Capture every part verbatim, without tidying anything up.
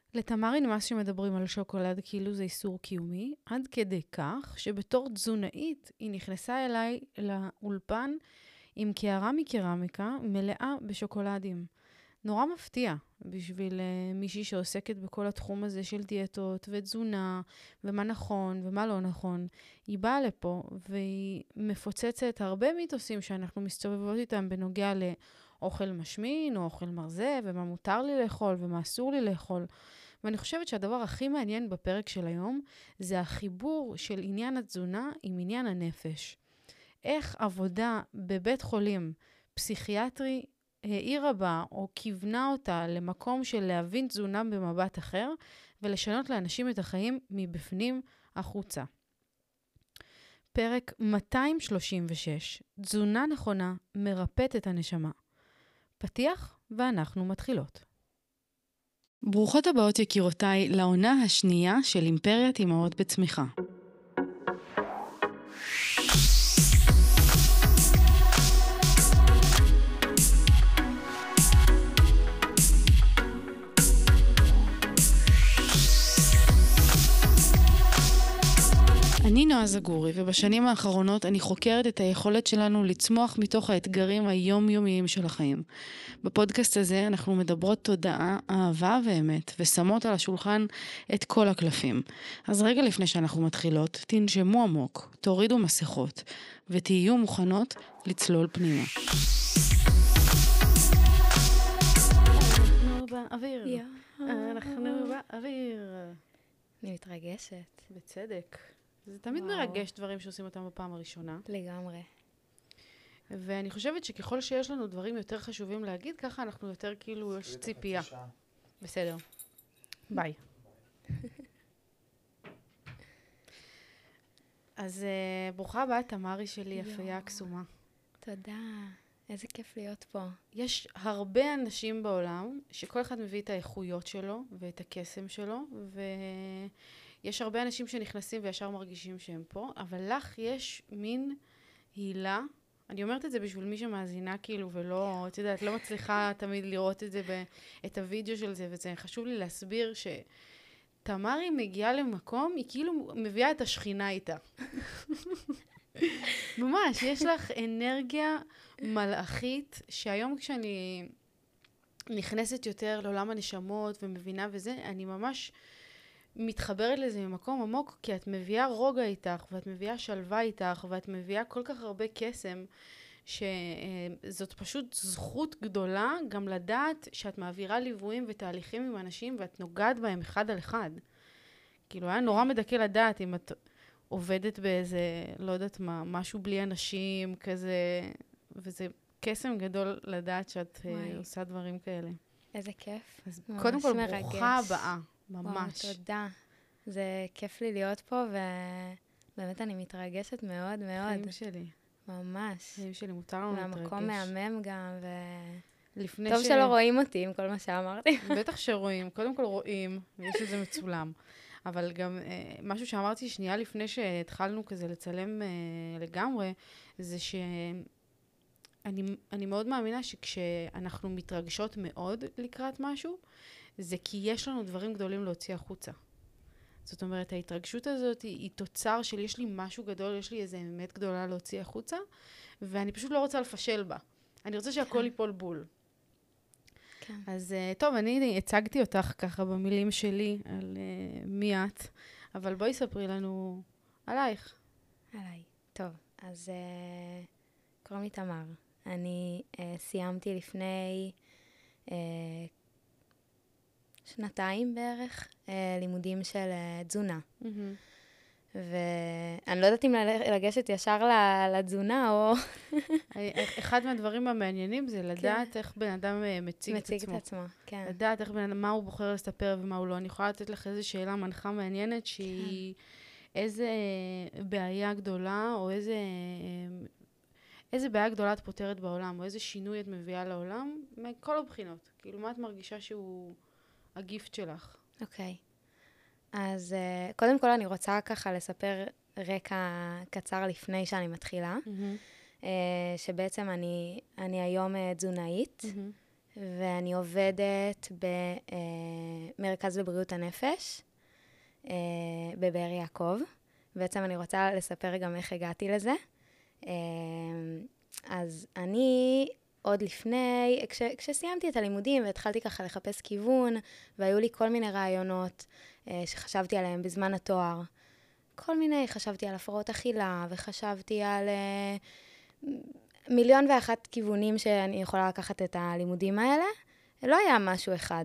לתמרי נמאס שמדברים על שוקולד כאילו זה איסור קיומי, עד כדי כך שבתור תזונאית היא נכנסה אליי לאולפן עם קערה מקרמיקה מלאה בשוקולדים. נורא מפתיע בשביל uh, מישהי שעוסקת בכל התחום הזה של דיאטות ותזונה ומה נכון ומה לא נכון. היא באה לפה והיא מפוצצת הרבה מיתוסים שאנחנו מסתובבות איתם בנוגע לאוכל משמין או אוכל מרזה ומה מותר לי לאכול ומה אסור לי לאכול. ואני חושבת שהדבר הכי מעניין בפרק של היום זה החיבור של עניין התזונה עם עניין הנפש. איך עבודה בבית חולים פסיכיאטרי העירה בה או כיוונה אותה למקום של להבין תזונה במבט אחר ולשנות לאנשים את החיים מבפנים החוצה. פרק מאתיים שלושים ושש, תזונה נכונה מרפאת את הנשמה. פתיח ואנחנו מתחילות. ברוכות הבאות יקירותיי לעונה השנייה של אימפריית אימהות בצמיחה. אני נועה זגורי, ובשנים האחרונות אני חוקרת את היכולת שלנו לצמוח מתוך האתגרים היומיומיים של החיים. בפודקאסט הזה אנחנו מדברות תודעה, אהבה ואמת, ושמות על השולחן את כל הקלפים. אז רגע לפני שאנחנו מתחילות, תנשמו עמוק, תורידו מסכות, ותהיו מוכנות לצלול פנימה. אנחנו באוויר. אנחנו באוויר. אני מתרגשת. בצדק. זה תמיד וואו. מרגש דברים שעושים אותם בפעם הראשונה. לגמרי. ואני חושבת שככל שיש לנו דברים יותר חשובים להגיד, ככה אנחנו יותר כאילו, יש ציפייה. בסדר. ביי. אז uh, ברוכה הבאה, תמרי שלי, יפיה הקסומה. תודה. איזה כיף להיות פה. יש הרבה אנשים בעולם, שכל אחד מביא את האיכויות שלו, ואת הקסם שלו, ו... יש הרבה אנשים שנכנסים וישר מרגישים שהם פה, אבל לך יש מין הילה, אני אומרת את זה בשביל מי שמאזינה כאילו, ולא, את יודעת, לא מצליחה תמיד לראות את זה, את הוידאו של זה, וזה חשוב לי להסביר שתמרי מגיעה למקום, היא כאילו מביאה את השכינה איתה. ממש, יש לך אנרגיה מלאכית, שהיום כשאני נכנסת יותר לעולם הנשמות ומבינה וזה, אני ממש מתחברת לזה ממקום עמוק, כי את מביאה רוגע איתך, ואת מביאה שלווה איתך, ואת מביאה כל כך הרבה קסם, שזאת פשוט זכות גדולה גם לדעת שאת מעבירה ליוויים ותהליכים עם אנשים, ואת נוגעת בהם אחד על אחד. כאילו, היה נורא מדכא לדעת אם את עובדת באיזה, לא יודעת מה, משהו בלי אנשים, כזה, וזה קסם גדול לדעת שאת וואי. עושה דברים כאלה. איזה כיף. אז קודם כל, מרגש. ברוכה הבאה. ממש. וואו, תודה. זה כיף לי להיות פה, ובאמת אני מתרגשת מאוד מאוד. חיים שלי. ממש. חיים שלי, מותר לנו להתרגש. והמקום מהמם גם, ו... טוב ש... שלא רואים אותי עם כל מה שאמרתי. בטח שרואים. קודם כל רואים, ויש לזה מצולם. אבל גם אה, משהו שאמרתי שנייה לפני שהתחלנו כזה לצלם אה, לגמרי, זה שאני אני מאוד מאמינה שכשאנחנו מתרגשות מאוד לקראת משהו, זה כי יש לנו דברים גדולים להוציא החוצה. זאת אומרת, ההתרגשות הזאת היא, היא תוצר של יש לי משהו גדול, יש לי איזו אמת גדולה להוציא החוצה, ואני פשוט לא רוצה לפשל בה. אני רוצה שהכל ייפול בול. כן. אז טוב, אני הצגתי אותך ככה במילים שלי על uh, מי את, אבל בואי ספרי לנו עלייך. עליי. טוב, אז uh, קוראים לי תמר. אני uh, סיימתי לפני uh, שנתיים בערך, אה, לימודים של אה, תזונה. Mm-hmm. ואני לא יודעת אם לגשת ישר לתזונה או... אחד מהדברים המעניינים זה לדעת כן. איך בן אדם מציג, מציג את עצמו. את עצמו. כן. לדעת איך בן אדם, מה הוא בוחר לספר ומה הוא לא. אני יכולה לתת לך איזו שאלה מנחה מעניינת שהיא כן. איזה בעיה גדולה או איזה... איזה בעיה גדולה את פותרת בעולם או איזה שינוי את מביאה לעולם מכל הבחינות. כאילו מה את מרגישה שהוא... הגיפט שלך. אוקיי. אז uh, קודם כל אני רוצה ככה לספר רקע קצר לפני שאני מתחילה, mm-hmm. uh, שבעצם אני, אני היום uh, תזונאית, mm-hmm. ואני עובדת במרכז לבריאות הנפש, בבאר יעקב. בעצם אני רוצה לספר גם איך הגעתי לזה. אז אני עוד לפני, כש, כשסיימתי את הלימודים והתחלתי ככה לחפש כיוון, והיו לי כל מיני רעיונות שחשבתי עליהם בזמן התואר. כל מיני, חשבתי על הפרעות אכילה, וחשבתי על מיליון ואחת כיוונים שאני יכולה לקחת את הלימודים האלה. לא היה משהו אחד.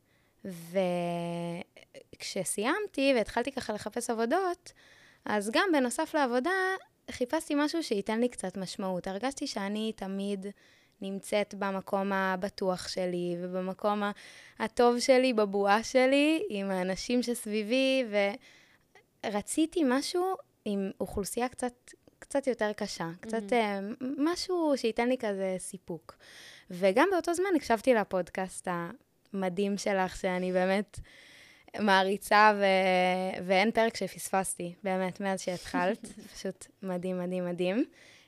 וכשסיימתי והתחלתי ככה לחפש עבודות, אז גם בנוסף לעבודה, חיפשתי משהו שייתן לי קצת משמעות. הרגשתי שאני תמיד נמצאת במקום הבטוח שלי, ובמקום הטוב שלי, בבועה שלי, עם האנשים שסביבי, ורציתי משהו עם אוכלוסייה קצת, קצת יותר קשה, קצת mm-hmm. משהו שייתן לי כזה סיפוק. וגם באותו זמן הקשבתי לפודקאסט המדהים שלך, שאני באמת מעריצה, ו... ואין פרק שפספסתי, באמת, מאז שהתחלת, פשוט מדהים, מדהים, מדהים.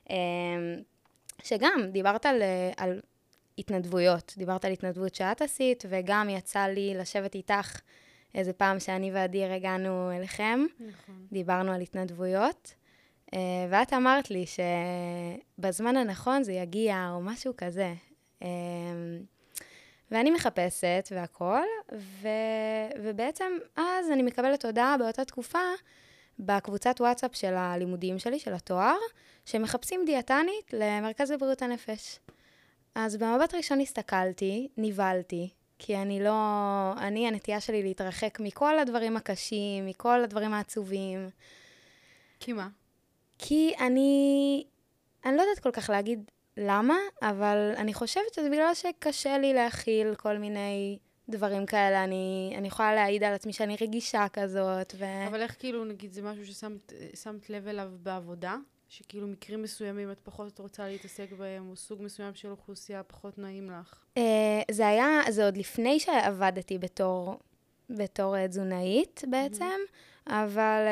שגם דיברת על, על התנדבויות, דיברת על התנדבות שאת עשית, וגם יצא לי לשבת איתך איזה פעם שאני ואדיר הגענו אליכם, נכון. דיברנו על התנדבויות, ואת אמרת לי שבזמן הנכון זה יגיע, או משהו כזה. ואני מחפשת והכל, ו... ובעצם אז אני מקבלת הודעה באותה תקופה, בקבוצת וואטסאפ של הלימודים שלי, של התואר, שמחפשים דיאטנית למרכז לבריאות הנפש. אז במבט ראשון הסתכלתי, ניבלתי, כי אני לא, אני הנטייה שלי להתרחק מכל הדברים הקשים, מכל הדברים העצובים. כי מה? כי אני, אני לא יודעת כל כך להגיד למה, אבל אני חושבת שזה בגלל שקשה לי להכיל כל מיני דברים כאלה. אני, אני יכולה להעיד על עצמי שאני רגישה כזאת. ו... אבל איך כאילו, נגיד, זה משהו ששמת שמת לב אליו בעבודה? שכאילו מקרים מסוימים את פחות רוצה להתעסק בהם, או סוג מסוים של אוכלוסייה פחות נעים לך? זה היה, זה עוד לפני שעבדתי בתור, בתור תזונאית בעצם, mm-hmm. אבל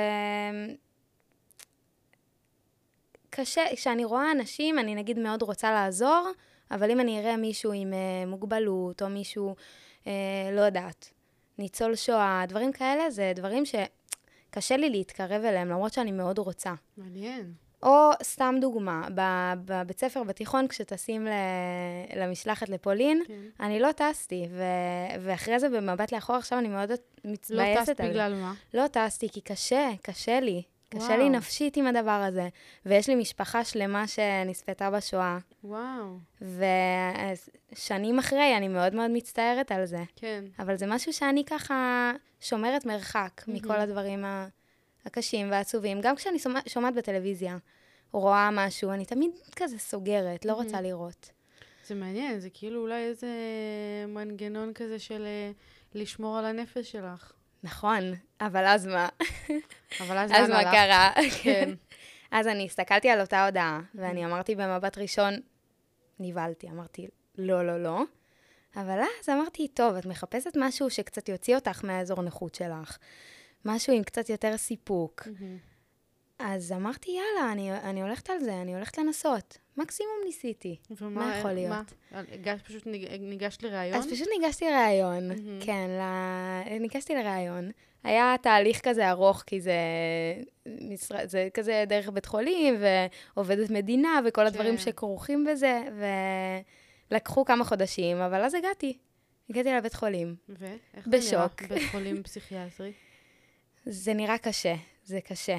קשה, כשאני רואה אנשים, אני נגיד מאוד רוצה לעזור, אבל אם אני אראה מישהו עם מוגבלות, או מישהו, לא יודעת, ניצול שואה, דברים כאלה, זה דברים שקשה לי להתקרב אליהם, למרות שאני מאוד רוצה. מעניין. או סתם דוגמה, בבית ספר, בתיכון, כשטסים למשלחת לפולין, כן. אני לא טסתי, ו- ואחרי זה במבט לאחור, עכשיו אני מאוד מצבייסת על זה. לא טסת בגלל מה? לא טסתי, כי קשה, קשה לי. קשה וואו. לי נפשית עם הדבר הזה. ויש לי משפחה שלמה שנספתה בשואה. וואו. ושנים אחרי, אני מאוד מאוד מצטערת על זה. כן. אבל זה משהו שאני ככה שומרת מרחק mm-hmm. מכל הדברים ה... הקשים והעצובים. גם כשאני שומעת בטלוויזיה, או רואה משהו, אני תמיד כזה סוגרת, לא רוצה לראות. זה מעניין, זה כאילו אולי איזה מנגנון כזה של לשמור על הנפש שלך. נכון, אבל אז מה? אבל אז, אז מה קרה? כן. אז אני הסתכלתי על אותה הודעה, ואני אמרתי במבט ראשון, ניבלתי, אמרתי, לא, לא, לא. אבל אז אמרתי, טוב, את מחפשת משהו שקצת יוציא אותך מהאזור נוחות שלך. משהו עם קצת יותר סיפוק. Mm-hmm. אז אמרתי, יאללה, אני, אני הולכת על זה, אני הולכת לנסות. מקסימום ניסיתי. ומה, מה יכול להיות? מה? ניגש, פשוט ניג, ניגשת לראיון? אז פשוט ניגשתי לראיון, mm-hmm. כן, ל... ניגשתי לראיון. היה תהליך כזה ארוך, כי זה, משרד, זה כזה דרך בית חולים, ועובדת מדינה, וכל הדברים כן. שכרוכים בזה, ולקחו כמה חודשים, אבל אז הגעתי. הגעתי לבית חולים. ואיך בשוק. זה נראה בית חולים פסיכיאטרי? זה נראה קשה, זה קשה.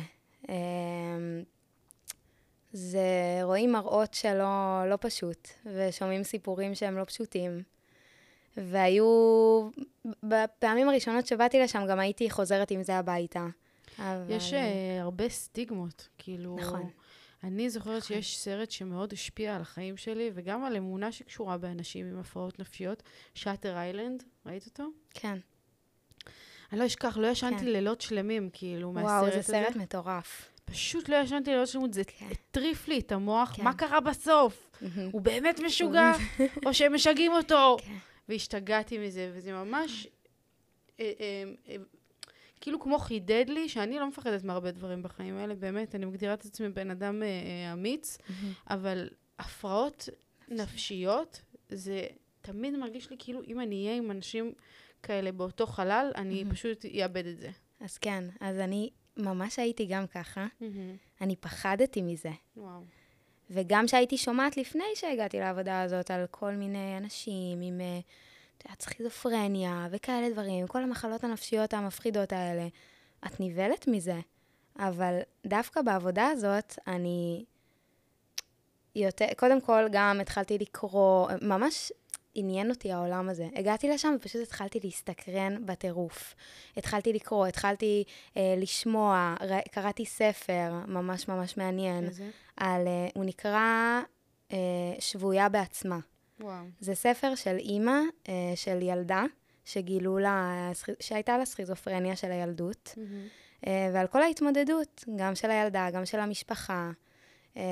זה רואים מראות שלא לא פשוט, ושומעים סיפורים שהם לא פשוטים. והיו, בפעמים הראשונות שבאתי לשם, גם הייתי חוזרת עם זה הביתה. אבל... יש uh, הרבה סטיגמות, כאילו... נכון. אני זוכרת נכון. שיש סרט שמאוד השפיע על החיים שלי, וגם על אמונה שקשורה באנשים עם הפרעות נפשיות, שאטר איילנד, ראית אותו? כן. אני לא אשכח, לא ישנתי כן. לילות שלמים, כאילו, מהסרט הזה. וואו, זה סרט מטורף. פשוט לא ישנתי לילות שלמות, זה כן. הטריף לי את המוח, כן. מה קרה בסוף? הוא באמת משוגע, או שהם משגעים אותו? כן. והשתגעתי מזה, וזה ממש, אה, אה, אה, כאילו כמו חידד לי, שאני לא מפחדת מהרבה דברים בחיים האלה, באמת, אני מגדירה את עצמי בן אדם אה, אה, אמיץ, אבל הפרעות נפשיות, זה תמיד מרגיש לי כאילו, אם אני אהיה עם אנשים כאלה באותו חלל, אני פשוט אאבד את זה. אז כן, אז אני ממש הייתי גם ככה. אני פחדתי מזה. וואו. וגם שהייתי שומעת לפני שהגעתי לעבודה הזאת על כל מיני אנשים עם סכיזופרניה וכאלה דברים, כל המחלות הנפשיות המפחידות האלה, את ניבלת מזה. אבל דווקא בעבודה הזאת, אני יותר, קודם כל גם התחלתי לקרוא, ממש עניין אותי העולם הזה. הגעתי לשם ופשוט התחלתי להסתקרן בטירוף. התחלתי לקרוא, התחלתי אה, לשמוע, ר, קראתי ספר ממש ממש מעניין. איזה? על, אה, הוא נקרא אה, שבויה בעצמה. וואו. זה ספר של אימא, אה, של ילדה, שגילו לה, שהייתה לה סכיזופרניה של הילדות. Mm-hmm. אה, ועל כל ההתמודדות, גם של הילדה, גם של המשפחה. אה,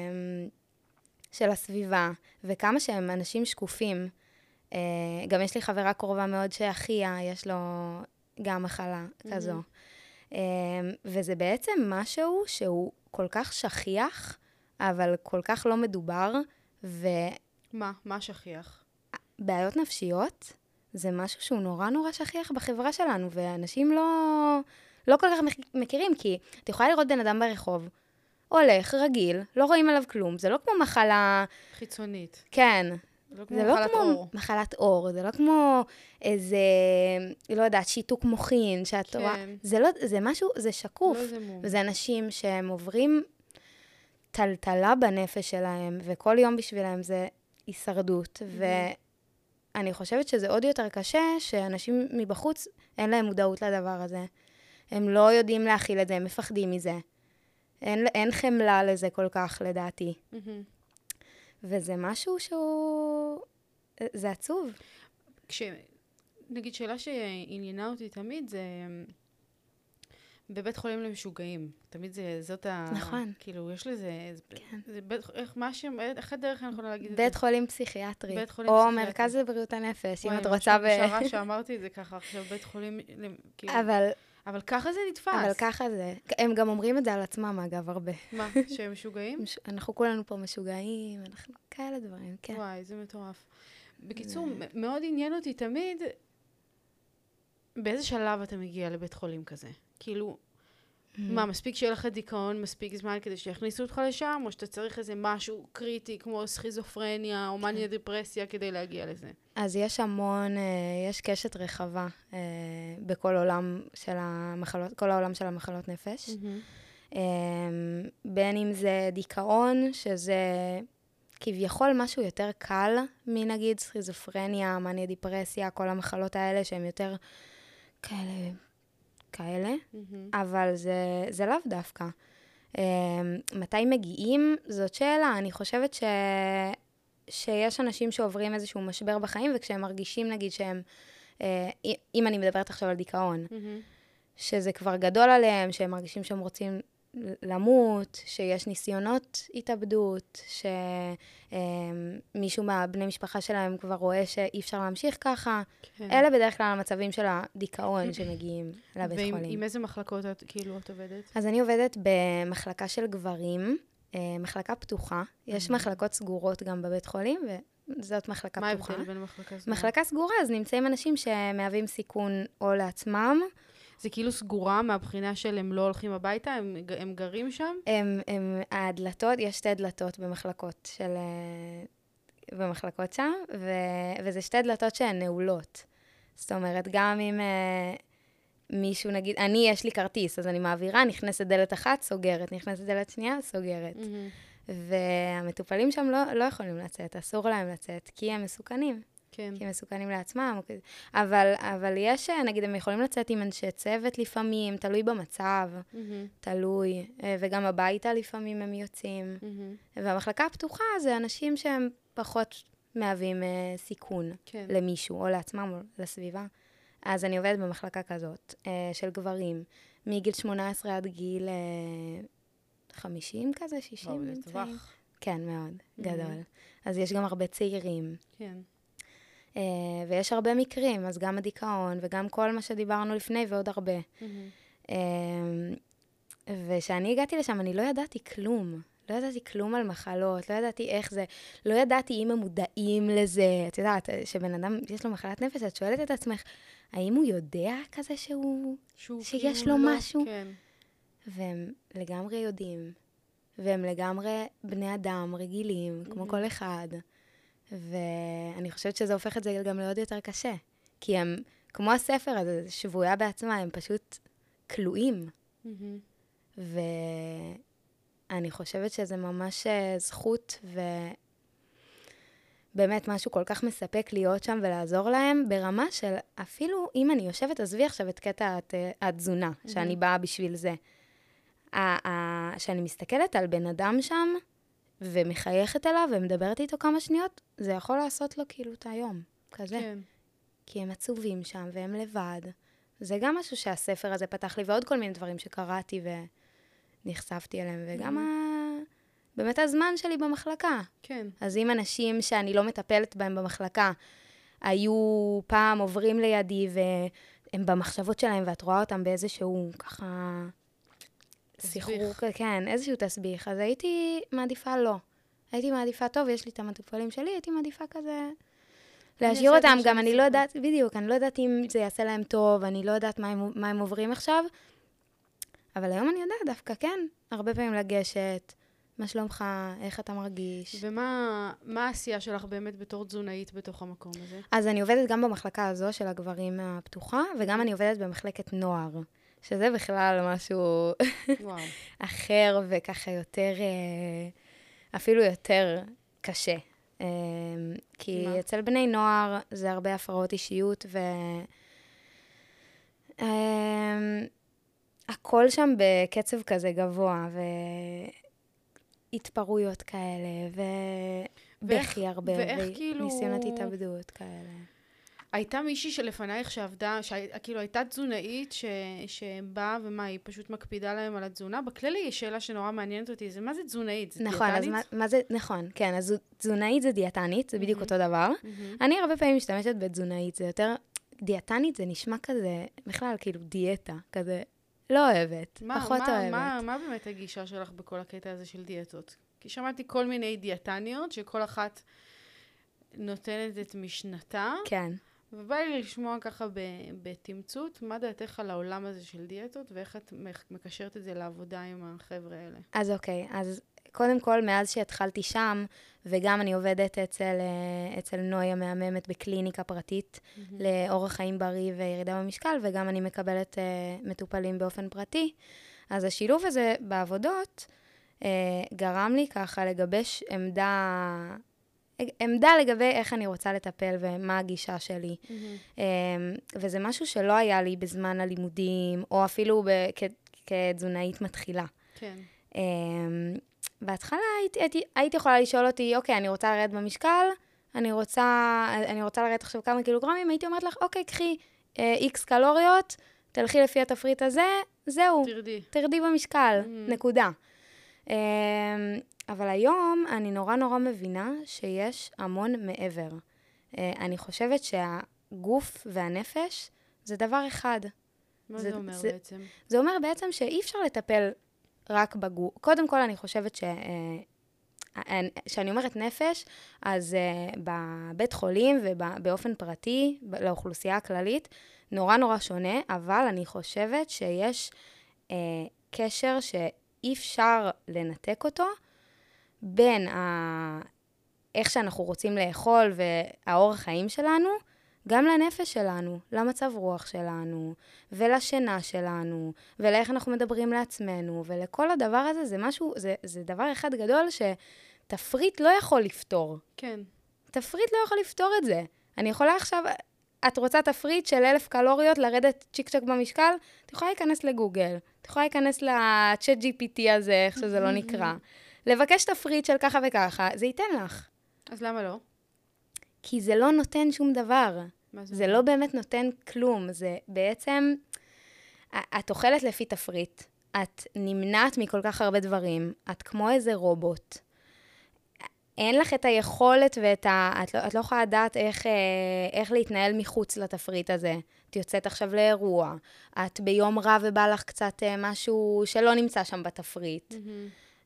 של הסביבה, וכמה שהם אנשים שקופים. Uh, גם יש לי חברה קרובה מאוד שאחיה, יש לו גם מחלה mm-hmm. כזו. Uh, וזה בעצם משהו שהוא כל כך שכיח, אבל כל כך לא מדובר, ו... מה? מה שכיח? בעיות נפשיות, זה משהו שהוא נורא נורא שכיח בחברה שלנו, ואנשים לא, לא כל כך מכירים, כי את יכולה לראות בן אדם ברחוב, הולך, רגיל, לא רואים עליו כלום. זה לא כמו מחלה... חיצונית. כן. לא כמו זה מחלת לא כמו אור. מחלת אור, זה לא כמו איזה, לא יודעת, שיתוק מוחין, שאת כן. רואה... זה לא, זה משהו, זה שקוף. לא איזה מום. וזה אנשים שהם עוברים טלטלה בנפש שלהם, וכל יום בשבילם זה הישרדות. Mm-hmm. ואני חושבת שזה עוד יותר קשה, שאנשים מבחוץ אין להם מודעות לדבר הזה. הם לא יודעים להכיל את זה, הם מפחדים מזה. אין, אין חמלה לזה כל כך, לדעתי. Mm-hmm. וזה משהו שהוא... זה עצוב. כש... נגיד, שאלה שעניינה אותי תמיד זה... בבית חולים למשוגעים. תמיד זה, זאת ה... נכון. כאילו, יש לזה... כן. זה בית... איך מה שם... איך הדרך אני יכולה להגיד את זה? בית חולים פסיכיאטרי. בית חולים או פסיכיאטרי. מרכז לבריאות הנפש, אם את וואי, רוצה ב... וואי, משערה שאמרתי את זה ככה, עכשיו בית חולים... כאילו... אבל... אבל ככה זה נתפס. אבל ככה זה. הם גם אומרים את זה על עצמם, אגב, הרבה. מה? שהם משוגעים? אנחנו כולנו פה משוגעים, אנחנו כאלה דברים, כן. וואי, זה מטורף. בקיצור, מאוד עניין אותי תמיד, באיזה שלב אתה מגיע לבית חולים כזה? כאילו, מה, מספיק שיהיה לך דיכאון, מספיק זמן כדי שיכניסו אותך לשם, או שאתה צריך איזה משהו קריטי, כמו סכיזופרניה, או מניה דיפרסיה, כדי להגיע לזה? אז יש המון, יש קשת רחבה בכל עולם של המחלות, כל העולם של המחלות נפש. בין אם זה דיכאון, שזה כביכול משהו יותר קל מנגיד סכיזופרניה, מניה דיפרסיה, כל המחלות האלה שהן יותר כאלה, כאלה, אבל זה, זה לאו דווקא. מתי מגיעים? זאת שאלה. אני חושבת ש... שיש אנשים שעוברים איזשהו משבר בחיים, וכשהם מרגישים, נגיד, שהם, אם אני מדברת עכשיו על דיכאון, שזה כבר גדול עליהם, שהם מרגישים שהם רוצים למות, שיש ניסיונות התאבדות, שמישהו מהבני משפחה שלהם כבר רואה שאי אפשר להמשיך ככה. כן. אלה בדרך כלל המצבים של הדיכאון שמגיעים לבית חולים. ועם איזה מחלקות את, כאילו את עובדת? אז אני עובדת במחלקה של גברים, מחלקה פתוחה. יש מחלקות סגורות גם בבית חולים, וזאת מחלקה מה פתוחה. מה ההבדל בין מחלקה סגורה? מחלקה סגורה, אז נמצאים אנשים שמהווים סיכון או לעצמם. זה כאילו סגורה מהבחינה של הם לא הולכים הביתה, הם, הם גרים שם? הם, הם, הדלתות, יש שתי דלתות במחלקות של, במחלקות שם, ו, וזה שתי דלתות שהן נעולות. זאת אומרת, גם אם מישהו, נגיד, אני, יש לי כרטיס, אז אני מעבירה, נכנסת דלת אחת, סוגרת, נכנסת דלת שנייה, סוגרת. Mm-hmm. והמטופלים שם לא, לא יכולים לצאת, אסור להם לצאת, כי הם מסוכנים. כן. כי הם מסוכנים לעצמם. אבל, אבל יש, נגיד, הם יכולים לצאת עם אנשי צוות לפעמים, תלוי במצב, mm-hmm. תלוי, וגם הביתה לפעמים הם יוצאים. Mm-hmm. והמחלקה הפתוחה זה אנשים שהם פחות מהווים uh, סיכון כן. למישהו, או לעצמם, או לסביבה. אז אני עובדת במחלקה כזאת, uh, של גברים, מגיל שמונה עשרה עד גיל uh, חמישים כזה, שישים. וואו, זה טווח. כן, מאוד, mm-hmm. גדול. אז יש גם הרבה צעירים. כן. Uh, ויש הרבה מקרים, אז גם הדיכאון, וגם כל מה שדיברנו לפני, ועוד הרבה. Mm-hmm. Uh, ושאני הגעתי לשם, אני לא ידעתי כלום. לא ידעתי כלום על מחלות, לא ידעתי איך זה, לא ידעתי אם הם מודעים לזה. את יודעת, שבן אדם יש לו מחלת נפש, את שואלת את עצמך, האם הוא יודע כזה שהוא, שהוא שיש כאילו לו לא, משהו? כן. והם לגמרי יודעים, והם לגמרי בני אדם רגילים, כמו כל אחד. ואני חושבת שזה הופך את זה גם לעוד יותר קשה. כי הם, כמו הספר הזה, שבויה בעצמה, הם פשוט כלואים. ואני חושבת שזה ממש זכות, ובאמת משהו כל כך מספק להיות שם ולעזור להם, ברמה של אפילו אם אני יושבת, עזבי עכשיו את קטע התזונה, שאני באה בשביל זה. שאני מסתכלת על בן אדם שם, ומחייכת אליו, ומדברת איתו כמה שניות, זה יכול לעשות לו כאילו את היום, כזה. כן. כי הם עצובים שם, והם לבד. זה גם משהו שהספר הזה פתח לי, ועוד כל מיני דברים שקראתי ונחשפתי אליהם, וגם ה... באמת הזמן שלי במחלקה. כן. אז אם אנשים שאני לא מטפלת בהם במחלקה, היו פעם עוברים לידי, והם במחשבות שלהם, ואת רואה אותם באיזשהו ככה... סחרור, כן, איזשהו תסביך. אז הייתי מעדיפה לא. הייתי מעדיפה טוב, יש לי את המטופלים שלי, הייתי מעדיפה כזה... להשאיר אותם, גם אני לא יודעת, בדיוק, אני לא יודעת אם זה יעשה להם טוב, אני לא יודעת מה הם, מה הם עוברים עכשיו, אבל היום אני יודעת דווקא, כן, הרבה פעמים לגשת, מה שלומך, איך אתה מרגיש. ומה מה העשייה שלך באמת בתור תזונאית בתוך המקום הזה? אז אני עובדת גם במחלקה הזו של הגברים הפתוחה, וגם אני עובדת במחלקת נוער, שזה בכלל משהו אחר וככה יותר, אפילו יותר קשה. כי מה? אצל בני נוער זה הרבה הפרעות אישיות, והכל שם בקצב כזה גבוה, והתפרויות כאלה, ובכי הרבה, וניסיונות כאילו... התאבדות כאלה. הייתה מישהי שלפנייך שעבדה, כאילו הייתה תזונאית ש, שבאה ומה, היא פשוט מקפידה להם על התזונה? בכללי יש שאלה שנורא מעניינת אותי, זה מה זה תזונאית? זה נכון, דיאטנית? אז מה, מה זה, נכון, כן, אז תזונאית זה דיאטנית, זה בדיוק mm-hmm. אותו דבר. Mm-hmm. אני הרבה פעמים משתמשת בתזונאית, זה יותר, דיאטנית זה נשמע כזה, בכלל כאילו דיאטה, כזה לא אוהבת, מה, פחות מה, אוהבת. מה, מה באמת הגישה שלך בכל הקטע הזה של דיאטות? כי שמעתי כל מיני דיאטניות, שכל אחת נותנת את משנתה. כן. ובא לי לשמוע ככה בתמצות, מה דעתך על העולם הזה של דיאטות, ואיך את מקשרת את זה לעבודה עם החבר'ה האלה? אז אוקיי, אז קודם כל, מאז שהתחלתי שם, וגם אני עובדת אצל, אצל נוי המהממת בקליניקה פרטית, mm-hmm. לאורח חיים בריא וירידה במשקל, וגם אני מקבלת uh, מטופלים באופן פרטי. אז השילוב הזה בעבודות uh, גרם לי ככה לגבש עמדה... עמדה לגבי איך אני רוצה לטפל ומה הגישה שלי. Mm-hmm. וזה משהו שלא היה לי בזמן הלימודים, או אפילו ב- כ- כתזונאית מתחילה. כן. בהתחלה הייתי, הייתי, הייתי יכולה לשאול אותי, אוקיי, אני רוצה לרדת במשקל, אני רוצה, אני רוצה לרדת עכשיו כמה קילוגרמים, הייתי אומרת לך, אוקיי, קחי איקס קלוריות, תלכי לפי התפריט הזה, זהו. תרדי. תרדי במשקל, mm-hmm. נקודה. אבל היום אני נורא נורא מבינה שיש המון מעבר. אני חושבת שהגוף והנפש זה דבר אחד. מה זה, זה אומר זה, בעצם? זה אומר בעצם שאי אפשר לטפל רק בגוף. קודם כל אני חושבת ש... שאני אומרת נפש, אז בבית חולים ובאופן פרטי, לאוכלוסייה הכללית, נורא נורא שונה, אבל אני חושבת שיש קשר שאי אפשר לנתק אותו, בין ה... איך שאנחנו רוצים לאכול והאורח חיים שלנו, גם לנפש שלנו, למצב רוח שלנו, ולשינה שלנו, ולאיך אנחנו מדברים לעצמנו, ולכל הדבר הזה זה משהו, זה, זה דבר אחד גדול שתפריט לא יכול לפתור. כן. תפריט לא יכול לפתור את זה. אני יכולה עכשיו, את רוצה תפריט של אלף קלוריות, לרדת צ'יק צ'ק במשקל, את יכולה להיכנס לגוגל, את יכולה להיכנס לצ'אט ג'י פי טי הזה, איך שזה לא נקרא. לבקש תפריט של ככה וככה, זה ייתן לך. אז למה לא? כי זה לא נותן שום דבר. מה זה? זה לא באמת נותן כלום. זה בעצם, את אוכלת לפי תפריט, את נמנעת מכל כך הרבה דברים, את כמו איזה רובוט. אין לך את היכולת ואת ה... את לא, את לא יכולה לדעת איך, איך להתנהל מחוץ לתפריט הזה. את יוצאת עכשיו לאירוע, את ביום רע ובא לך קצת משהו שלא נמצא שם בתפריט. Mm-hmm.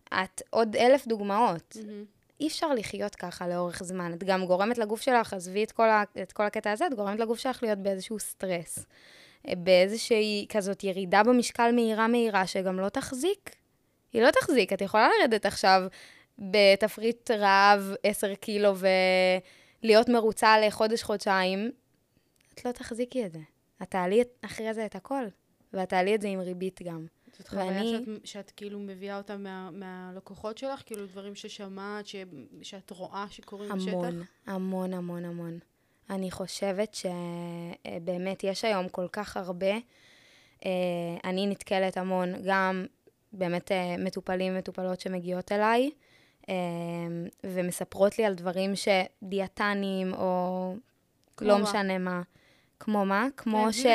את עוד אלף דוגמאות. אי אפשר לחיות ככה לאורך זמן. את גם גורמת לגוף שלך, עזבי את כל, ה, את כל הקטע הזה, את גורמת לגוף שלך להיות באיזשהו סטרס. באיזושהי כזאת ירידה במשקל מהירה מהירה, שגם לא תחזיק. היא לא תחזיק. את יכולה לרדת עכשיו בתפריט רעב עשר קילו ולהיות מרוצה לחודש, חודשיים. את לא תחזיקי את זה. את תעלי אחרי זה את הכל. ואת תעלי את זה עם ריבית גם. זאת חוויה שאת, שאת כאילו מביאה אותה מה, מהלקוחות שלך? כאילו דברים ששמעת, ש, שאת רואה שקורים בשטח? המון, המון, המון, המון. אני חושבת שבאמת יש היום כל כך הרבה. אני נתקלת המון, גם באמת מטופלים, מטופלות שמגיעות אליי, ומספרות לי על דברים שדיאטנים או לא משנה מה. כמו מה? כמו ש...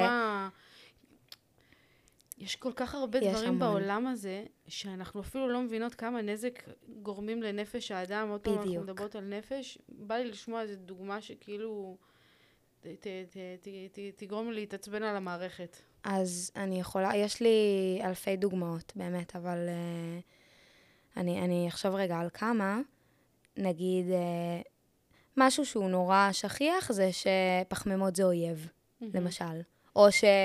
יש כל כך הרבה דברים בעולם הזה, שאנחנו אפילו לא מבינות כמה נזק גורמים לנפש האדם. עוד פעם אנחנו מדברות על נפש. בא לי לשמוע איזו דוגמה שכאילו תגרום לי להתעצבן על המערכת. אז אני יכולה, יש לי אלפי דוגמאות באמת, אבל אני, אני אחשוב רגע על כמה. נגיד, משהו שהוא נורא שכיח זה שפחמימות זה אויב, למשל. או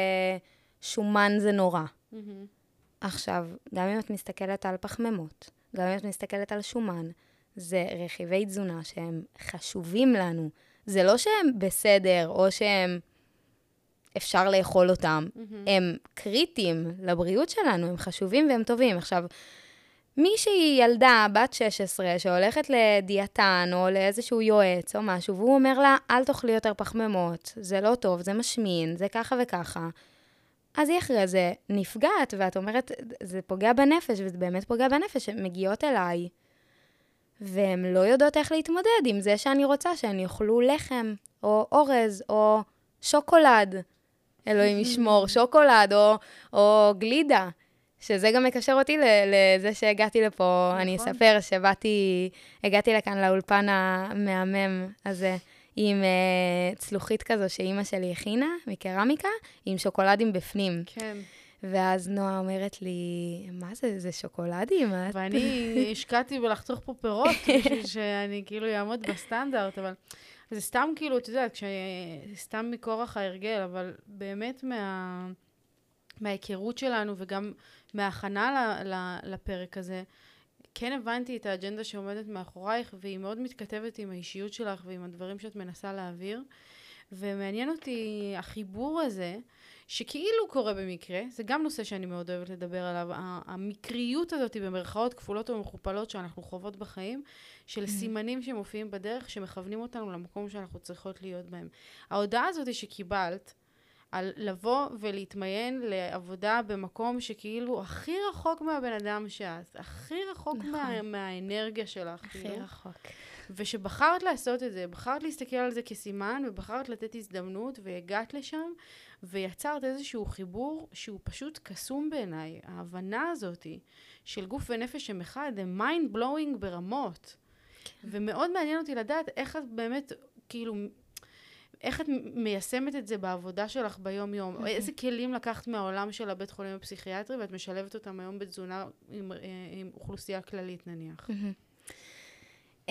ששומן זה נורא. עכשיו, גם אם את מסתכלת על פחמימות, גם אם את מסתכלת על שומן, זה רכיבי תזונה שהם חשובים לנו. זה לא שהם בסדר, או שהם אפשר לאכול אותם. הם קריטיים לבריאות שלנו, הם חשובים והם טובים. עכשיו, מי שהיא ילדה, בת שש עשרה, שהולכת לדיאטן או לאיזשהו יועץ או משהו, והוא אומר לה, אל תאכלי יותר פחמימות, זה לא טוב, זה משמין, זה ככה וככה. אז היא אחרי זה נפגעת, ואת אומרת, זה פוגע בנפש, וזה באמת פוגע בנפש, הן מגיעות אליי, והן לא יודעות איך להתמודד עם זה שאני רוצה שהן יאכלו לחם, או אורז, או שוקולד. אלוהים ישמור, שוקולד, או, או גלידה. שזה גם מקשר אותי לזה שהגעתי לפה. נכון. אני אספר שבאתי, הגעתי לכאן לאולפן המהמם הזה, עם uh, צלוחית כזו שאימא שלי הכינה, מקרמיקה, עם שוקולדים בפנים. כן. ואז נועה אומרת לי, מה זה, זה שוקולדים? ואני השקעתי בלחתוך פה פירות, בשביל שאני כאילו אעמוד בסטנדרט, אבל זה סתם כאילו, אתה יודעת, סתם מכורח ההרגל, אבל באמת מה... מההיכרות שלנו וגם מההכנה ל, ל, לפרק הזה, כן הבנתי את האג'נדה שעומדת מאחורייך, והיא מאוד מתכתבת עם האישיות שלך ועם הדברים שאת מנסה להעביר, ומעניין אותי החיבור הזה, שכאילו קורה במקרה, זה גם נושא שאני מאוד אוהבת לדבר עליו, המקריות הזאת במרכאות כפולות ומכופלות שאנחנו חוות בחיים, של סימנים שמופיעים בדרך, שמכוונים אותנו למקום שאנחנו צריכות להיות בהם. ההודעה הזאת שקיבלת, על לבוא ולהתמיין לעבודה במקום שכאילו הכי רחוק מהבן אדם שאת, הכי רחוק נכון. מה, מהאנרגיה שלך. הכי כאילו. רחוק. ושבחרת לעשות את זה, בחרת להסתכל על זה כסימן, ובחרת לתת הזדמנות, והגעת לשם, ויצרת איזשהו חיבור שהוא פשוט קסום בעיניי. ההבנה הזאת של גוף ונפש הם אחד, הם mind blowing ברמות. כן. ומאוד מעניין אותי לדעת איך את באמת, כאילו, איך את מיישמת את זה בעבודה שלך ביום-יום? Mm-hmm. איזה כלים לקחת מהעולם של הבית חולים הפסיכיאטרי, ואת משלבת אותם היום בתזונה עם, עם אוכלוסייה כללית נניח? Mm-hmm.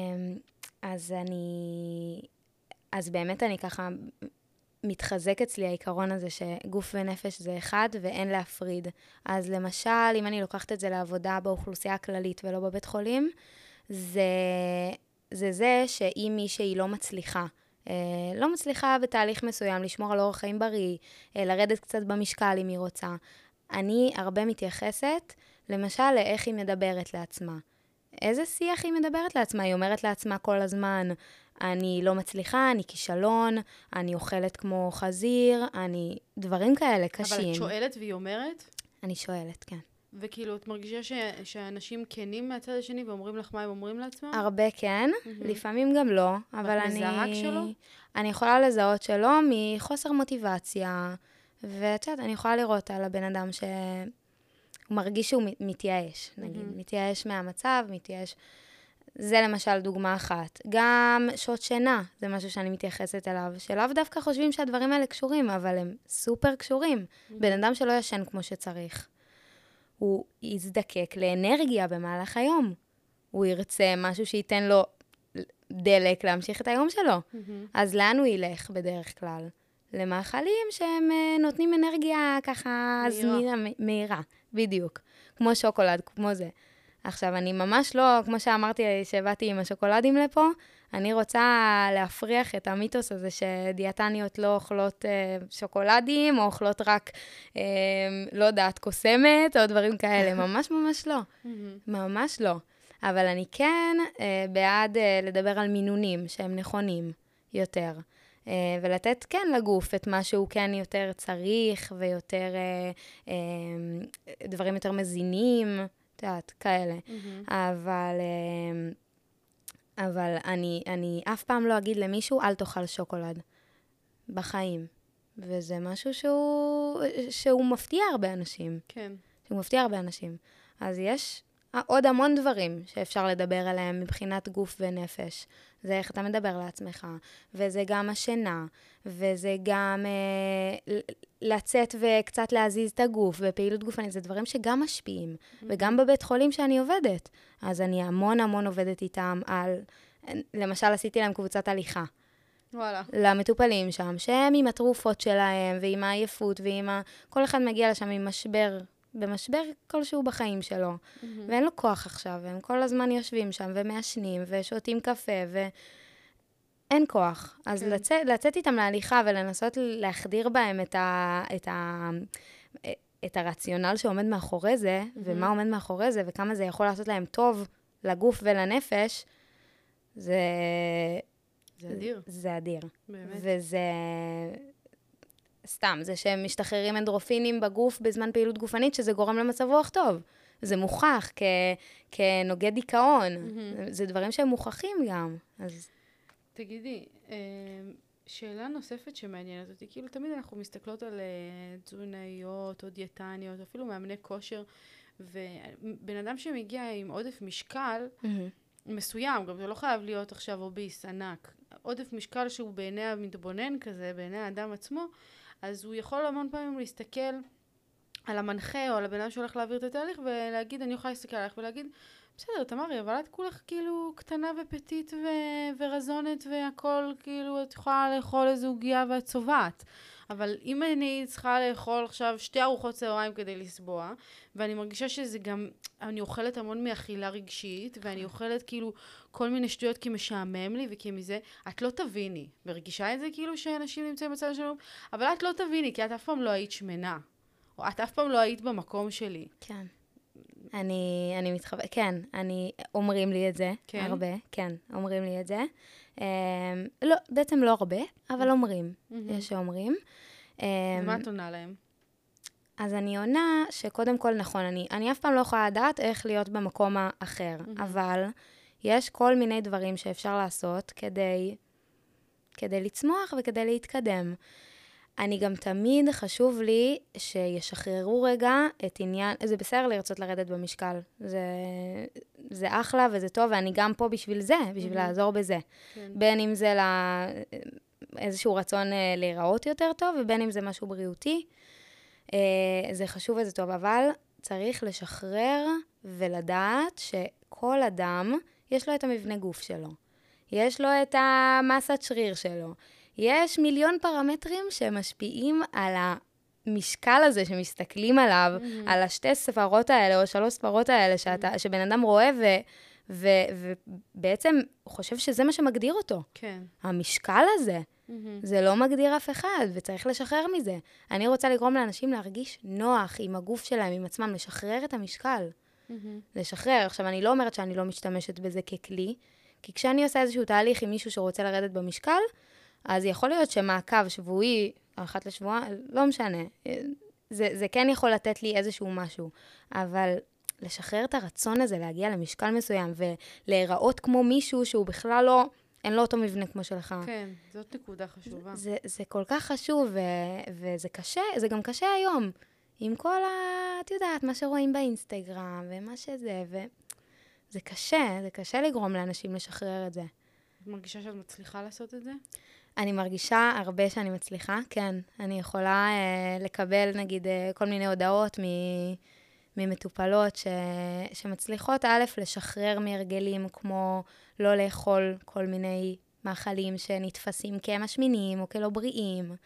אז אני, אז באמת אני ככה מתחזק אצלי העיקרון הזה שגוף ונפש זה אחד ואין להפריד. אז למשל, אם אני לוקחת את זה לעבודה באוכלוסייה הכללית ולא בבית חולים, זה זה, זה שאם מישהי לא מצליחה, לא מצליחה בתהליך מסוים לשמור על אורח חיים בריא, לרדת קצת במשקל אם היא רוצה. אני הרבה מתייחסת, למשל, לאיך היא מדברת לעצמה. איזה שיח היא מדברת לעצמה? היא אומרת לעצמה כל הזמן, אני לא מצליחה, אני כישלון, אני אוכלת כמו חזיר, אני... דברים כאלה קשים. אבל את שואלת והיא אומרת? אני שואלת, כן. וכאילו, את מרגישה ש... שאנשים כנים מהצד השני ואומרים לך מה הם אומרים לעצמם? הרבה כן, mm-hmm. לפעמים גם לא, אבל אני... ואת מזהה שלו? אני יכולה לזהות שלו מחוסר מוטיבציה, ואת יודעת, אני יכולה לראות על הבן אדם שהוא מרגיש שהוא מתייאש, נגיד, mm-hmm. מתייאש מהמצב, מתייאש... זה למשל דוגמה אחת. גם שעות שינה, זה משהו שאני מתייחסת אליו, שלאו דווקא חושבים שהדברים האלה קשורים, אבל הם סופר קשורים. Mm-hmm. בן אדם שלא ישן כמו שצריך. הוא יזדקק לאנרגיה במהלך היום. הוא ירצה משהו שייתן לו דלק להמשיך את היום שלו. Mm-hmm. אז לאן הוא ילך בדרך כלל? למאכלים שהם uh, נותנים אנרגיה ככה זמינה, מהירה, בדיוק. כמו שוקולד, כמו זה. עכשיו, אני ממש לא, כמו שאמרתי, שבאתי עם השוקולדים לפה, אני רוצה להפריח את המיתוס הזה שדיאטניות לא אוכלות אה, שוקולדים, או אוכלות רק, אה, לא יודעת, קוסמת, או דברים כאלה. ממש ממש לא. ממש לא. אבל אני כן אה, בעד אה, לדבר על מינונים שהם נכונים יותר. אה, ולתת כן לגוף את מה שהוא כן יותר צריך, ויותר אה, אה, דברים יותר מזינים, את יודעת, כאלה. אבל... אה, אבל אני, אני אף פעם לא אגיד למישהו, אל תאכל שוקולד. בחיים. וזה משהו שהוא, שהוא מפתיע הרבה אנשים. כן. שהוא מפתיע הרבה אנשים. אז יש עוד המון דברים שאפשר לדבר עליהם מבחינת גוף ונפש. זה איך אתה מדבר לעצמך. וזה גם השינה. וזה גם אה, לצאת וקצת להזיז את הגוף. ופעילות גופנית. זה דברים שגם משפיעים. Mm-hmm. וגם בבית חולים שאני עובדת. אז אני המון המון עובדת איתם על... למשל, עשיתי להם קבוצת הליכה. וואלה. למטופלים שם, שהם עם התרופות שלהם, ועם העייפות, ועם ה... כל אחד מגיע לשם עם משבר, במשבר כלשהו בחיים שלו. Mm-hmm. ואין לו כוח עכשיו, והם כל הזמן יושבים שם, ומעשנים, ושותים קפה, ואין כוח. אז כן. לצאת, לצאת איתם להליכה, ולנסות להחדיר בהם את ה... את ה... את הרציונל שעומד מאחורי זה, mm-hmm. ומה עומד מאחורי זה, וכמה זה יכול לעשות להם טוב לגוף ולנפש, זה... זה אדיר. זה אדיר. באמת. וזה... סתם, זה שהם משתחררים אנדרופינים בגוף בזמן פעילות גופנית, שזה גורם למצב רוח טוב. זה מוכח כ... כנוגד דיכאון. Mm-hmm. זה דברים שהם מוכחים גם. אז... תגידי, שאלה נוספת שמעניינת אותי, כאילו תמיד אנחנו מסתכלות על תזונאיות או דיאטניות, אפילו מאמני כושר, ובן אדם שמגיע עם עודף משקל, mm-hmm. מסוים, גם זה לא חייב להיות עכשיו אוביס ענק, עודף משקל שהוא בעיני המתבונן כזה, בעיני האדם עצמו, אז הוא יכול המון פעמים להסתכל על המנחה או על הבן אדם שהולך להעביר את התהליך ולהגיד, אני יכולה להסתכל עליך ולהגיד, בסדר, תמרי, אבל את כולך כאילו קטנה ופטית ו- ורזונת והכל, כאילו את יכולה לאכול איזו עוגיה ואת צובעת. אבל אם אני צריכה לאכול עכשיו שתי ארוחות צהריים כדי לסבוע, ואני מרגישה שזה גם, אני אוכלת המון מאכילה רגשית, ואני אוכלת כאילו כל מיני שטויות כי משעמם לי וכי מזה, את לא תביני. מרגישה את זה כאילו שאנשים נמצאים בצד שלנו, אבל את לא תביני, כי את אף פעם לא היית שמנה. או את אף פעם לא היית במקום שלי. כן. אני, אני מתחבאת, כן, אני, אומרים לי את זה, כן? הרבה, כן, אומרים לי את זה. Um, לא, בעצם לא הרבה, אבל אומרים, mm-hmm. יש שאומרים. Um, ומה את עונה להם? אז אני עונה שקודם כל נכון, אני, אני אף פעם לא יכולה לדעת איך להיות במקום האחר, mm-hmm. אבל יש כל מיני דברים שאפשר לעשות כדי, כדי לצמוח וכדי להתקדם. אני גם תמיד חשוב לי שישחררו רגע את עניין, זה בסדר לרצות לרדת במשקל, זה, זה אחלה וזה טוב, ואני גם פה בשביל זה, בשביל mm-hmm. לעזור בזה. כן. בין אם זה לה, איזשהו רצון להיראות יותר טוב, ובין אם זה משהו בריאותי, זה חשוב וזה טוב, אבל צריך לשחרר ולדעת שכל אדם יש לו את המבנה גוף שלו, יש לו את המסת שריר שלו, יש מיליון פרמטרים שמשפיעים על המשקל הזה שמסתכלים עליו, mm-hmm. על השתי ספרות האלה או שלוש ספרות האלה שאתה, mm-hmm. שבן אדם רואה ו, ו, ובעצם חושב שזה מה שמגדיר אותו. כן. המשקל הזה, mm-hmm. זה לא מגדיר אף אחד וצריך לשחרר מזה. אני רוצה לגרום לאנשים להרגיש נוח עם הגוף שלהם, עם עצמם, לשחרר את המשקל. Mm-hmm. לשחרר. עכשיו, אני לא אומרת שאני לא משתמשת בזה ככלי, כי כשאני עושה איזשהו תהליך עם מישהו שרוצה לרדת במשקל, אז יכול להיות שמעקב שבועי, אחת לשבוע, לא משנה. זה, זה כן יכול לתת לי איזשהו משהו. אבל לשחרר את הרצון הזה, להגיע למשקל מסוים, ולהיראות כמו מישהו שהוא בכלל לא, אין לו אותו מבנה כמו שלך. כן, זאת נקודה חשובה. זה, זה כל כך חשוב, ו, וזה קשה, זה גם קשה היום. עם כל ה... את יודעת, מה שרואים באינסטגרם, ומה שזה, וזה קשה, זה קשה לגרום לאנשים לשחרר את זה. את מרגישה שאת מצליחה לעשות את זה? אני מרגישה הרבה שאני מצליחה, כן. אני יכולה אה, לקבל, נגיד, אה, כל מיני הודעות מ... ממטופלות ש... שמצליחות א', לשחרר מהרגלים כמו לא לאכול כל מיני מאכלים שנתפסים כמשמינים או כלא בריאים,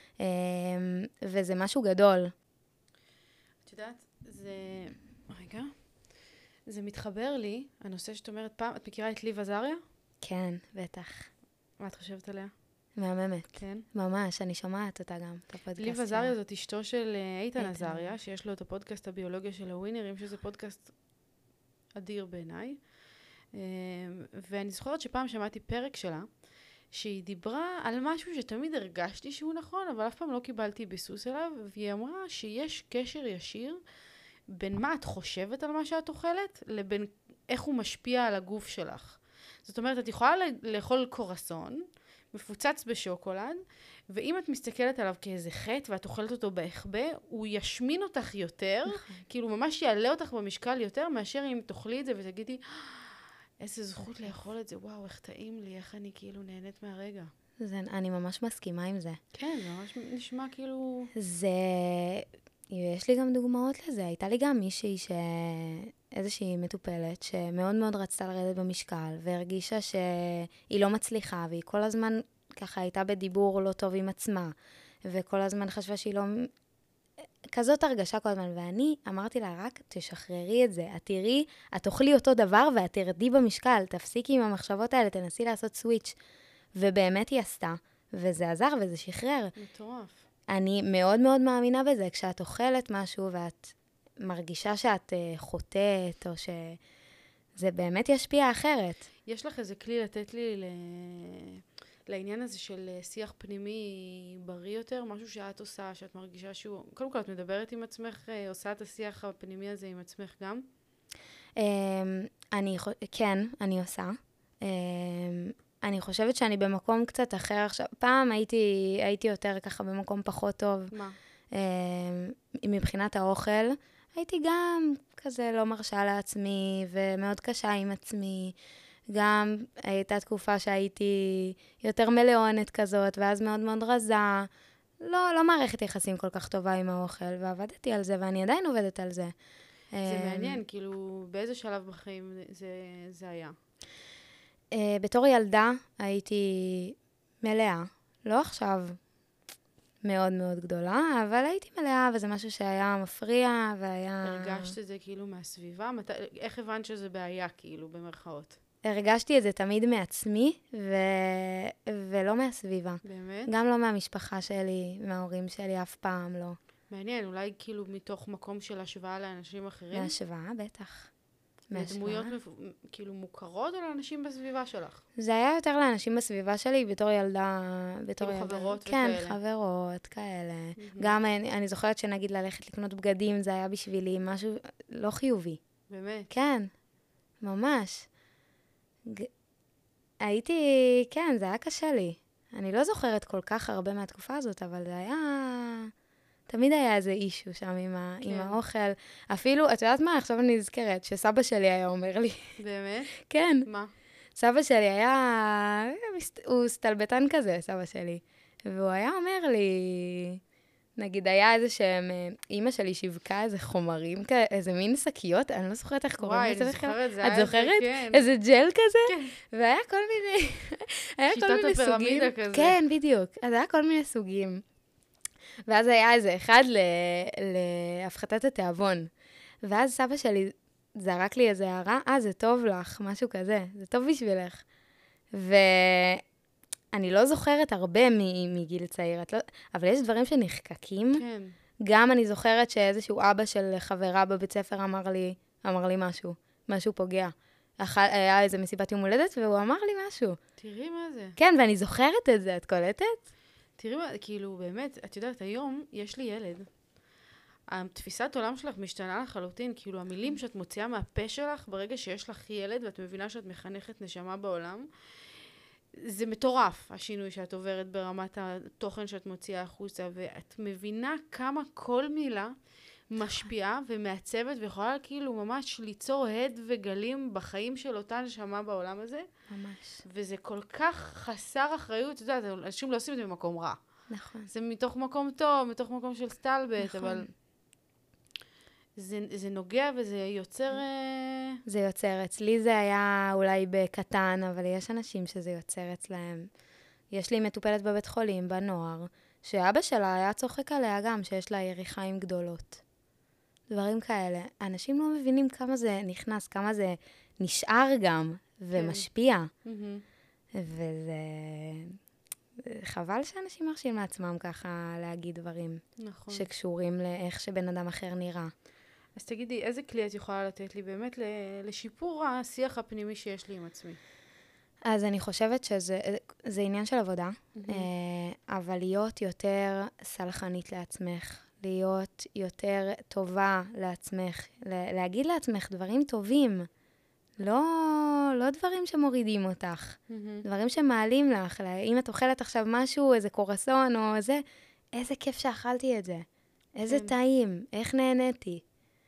וזה משהו גדול. את יודעת, זה... רגע. זה מתחבר לי, הנושא שאת אומרת פעם, את מכירה את ליב עזריה? כן, בטח. מה את חושבת עליה? מהממת. כן. ממש, אני שומעת אותה גם, את הפודקאסט. ליב עזריה זאת אשתו של איתן עזריה, שיש לו את הפודקאסט הביולוגיה של הווינרים, שזה פודקאסט אדיר בעיניי. ואני זוכרת שפעם שמעתי פרק שלה, שהיא דיברה על משהו שתמיד הרגשתי שהוא נכון, אבל אף פעם לא קיבלתי ביסוס אליו, והיא אמרה שיש קשר ישיר בין מה את חושבת על מה שאת אוכלת, לבין איך הוא משפיע על הגוף שלך. זאת אומרת, את יכולה לאכול קורסון, מפוצץ בשוקולד, ואם את מסתכלת עליו כאיזה חטא, ואת אוכלת אותו בהחבא, הוא ישמין אותך יותר, כאילו ממש יעלה אותך במשקל יותר, מאשר אם תאכלי את זה ותגידי, איזה זכות לאכול את זה, וואו, איך טעים לי, איך אני כאילו נהנית מהרגע. זה, אני ממש מסכימה עם זה. כן, זה ממש נשמע כאילו... זה... יש לי גם דוגמאות לזה. הייתה לי גם מישהי ש... איזושהי מטופלת שמאוד מאוד רצתה לרדת במשקל, והרגישה שהיא לא מצליחה, והיא כל הזמן ככה הייתה בדיבור לא טוב עם עצמה, וכל הזמן חשבה שהיא לא... כזאת הרגשה כל הזמן, ואני אמרתי לה, רק תשחררי את זה, את תראי, את תאכלי אותו דבר, ואת תרדי במשקל, תפסיקי עם המחשבות האלה, תנסי לעשות סוויץ', ובאמת היא עשתה, וזה עזר וזה שחרר. מטורף. אני מאוד מאוד מאמינה בזה, כשאת אוכלת משהו ואת מרגישה שאת uh, חוטאת, או שזה באמת ישפיע אחרת. יש לך איזה כלי לתת לי ל... לעניין הזה של שיח פנימי בריא יותר, משהו שאת עושה, שאת מרגישה שהוא... קודם כל, את מדברת עם עצמך, עושה את השיח הפנימי הזה עם עצמך גם? Um, אני, כן, אני עושה. Um, אני חושבת שאני במקום קצת אחר עכשיו. פעם הייתי, הייתי יותר ככה במקום פחות טוב. מה? Um, מבחינת האוכל, הייתי גם כזה לא מרשה לעצמי, ומאוד קשה עם עצמי. גם הייתה תקופה שהייתי יותר מלאונת כזאת, ואז מאוד מאוד רזה. לא, לא מערכת יחסים כל כך טובה עם האוכל, ועבדתי על זה, ואני עדיין עובדת על זה. זה מעניין, כאילו, באיזה שלב בחיים זה, זה היה? Uh, בתור ילדה הייתי מלאה, לא עכשיו מאוד מאוד גדולה, אבל הייתי מלאה, וזה משהו שהיה מפריע, והיה... הרגשת את זה כאילו מהסביבה? מת... איך הבנת שזה בעיה, כאילו, במרכאות? הרגשתי את זה תמיד מעצמי, ו... ולא מהסביבה. באמת? גם לא מהמשפחה שלי, מההורים שלי, אף פעם לא. מעניין, אולי כאילו מתוך מקום של השוואה לאנשים אחרים? מהשוואה, בטח. לדמויות כאילו מוכרות או לאנשים בסביבה שלך? זה היה יותר לאנשים בסביבה שלי, בתור ילדה... בתור כאילו ילדה. חברות כן, וכאלה. כן, חברות, כאלה. Mm-hmm. גם אני, אני זוכרת שנגיד ללכת לקנות בגדים, זה היה בשבילי משהו לא חיובי. באמת? כן, ממש. ג... הייתי, כן, זה היה קשה לי. אני לא זוכרת כל כך הרבה מהתקופה הזאת, אבל זה היה... תמיד היה איזה אישו שם עם, ה... כן. עם האוכל. אפילו, את יודעת מה? עכשיו אני נזכרת שסבא שלי היה אומר לי. באמת? כן. מה? סבא שלי היה... הוא סטלבטן כזה, סבא שלי. והוא היה אומר לי... נגיד, היה איזה שהם... אמא שלי שיווקה איזה חומרים, איזה מין שקיות, אני לא זוכרת איך קוראים לזה. וואי, אני זוכרת, זה היה איזה, כן. איזה ג'ל כזה? כן. והיה כל מיני... שיטת הפירמידה כזה. כן, בדיוק. אז היה כל מיני סוגים. ואז היה איזה אחד להפחתת התיאבון. ואז סבא שלי זרק לי איזה הערה, אה, זה טוב לך, משהו כזה, זה טוב בשבילך. ואני לא זוכרת הרבה מגיל צעיר, לא... אבל יש דברים שנחקקים. כן. גם אני זוכרת שאיזשהו אבא של חברה בבית ספר אמר לי, אמר לי משהו, משהו פוגע. היה איזה מסיבת יום הולדת, והוא אמר לי משהו. תראי מה זה. כן, ואני זוכרת את זה, את קולטת? תראי מה, כאילו, באמת, את יודעת, היום יש לי ילד. התפיסת עולם שלך משתנה לחלוטין, כאילו, המילים שאת מוציאה מהפה שלך, ברגע שיש לך ילד, ואת מבינה שאת מחנכת נשמה בעולם, זה מטורף, השינוי שאת עוברת ברמת התוכן שאת מוציאה החוצה, ואת מבינה כמה כל מילה משפיעה ומעצבת, ויכולה כאילו ממש ליצור הד וגלים בחיים של אותה נשמה בעולם הזה. ממש. וזה כל כך חסר אחריות, את יודעת, אנשים לא עושים את זה במקום רע. נכון. זה מתוך מקום טוב, מתוך מקום של סטלבט, נכון. אבל זה, זה נוגע וזה יוצר... זה יוצר. אצלי זה היה אולי בקטן, אבל יש אנשים שזה יוצר אצלהם. יש לי מטופלת בבית חולים, בנוער, שאבא שלה היה צוחק עליה גם, שיש לה יריחיים גדולות. דברים כאלה. אנשים לא מבינים כמה זה נכנס, כמה זה נשאר גם, ומשפיע. Mm-hmm. וזה... חבל שאנשים מרשים לעצמם ככה להגיד דברים. נכון. שקשורים לאיך שבן אדם אחר נראה. אז תגידי, איזה כלי את יכולה לתת לי באמת לשיפור השיח הפנימי שיש לי עם עצמי? אז אני חושבת שזה זה עניין של עבודה, mm-hmm. אבל להיות יותר סלחנית לעצמך, להיות יותר טובה לעצמך, להגיד לעצמך דברים טובים, לא, לא דברים שמורידים אותך, mm-hmm. דברים שמעלים לך, אם את אוכלת עכשיו משהו, איזה קורסון או איזה, איזה כיף שאכלתי את זה, איזה כן. טעים, איך נהניתי.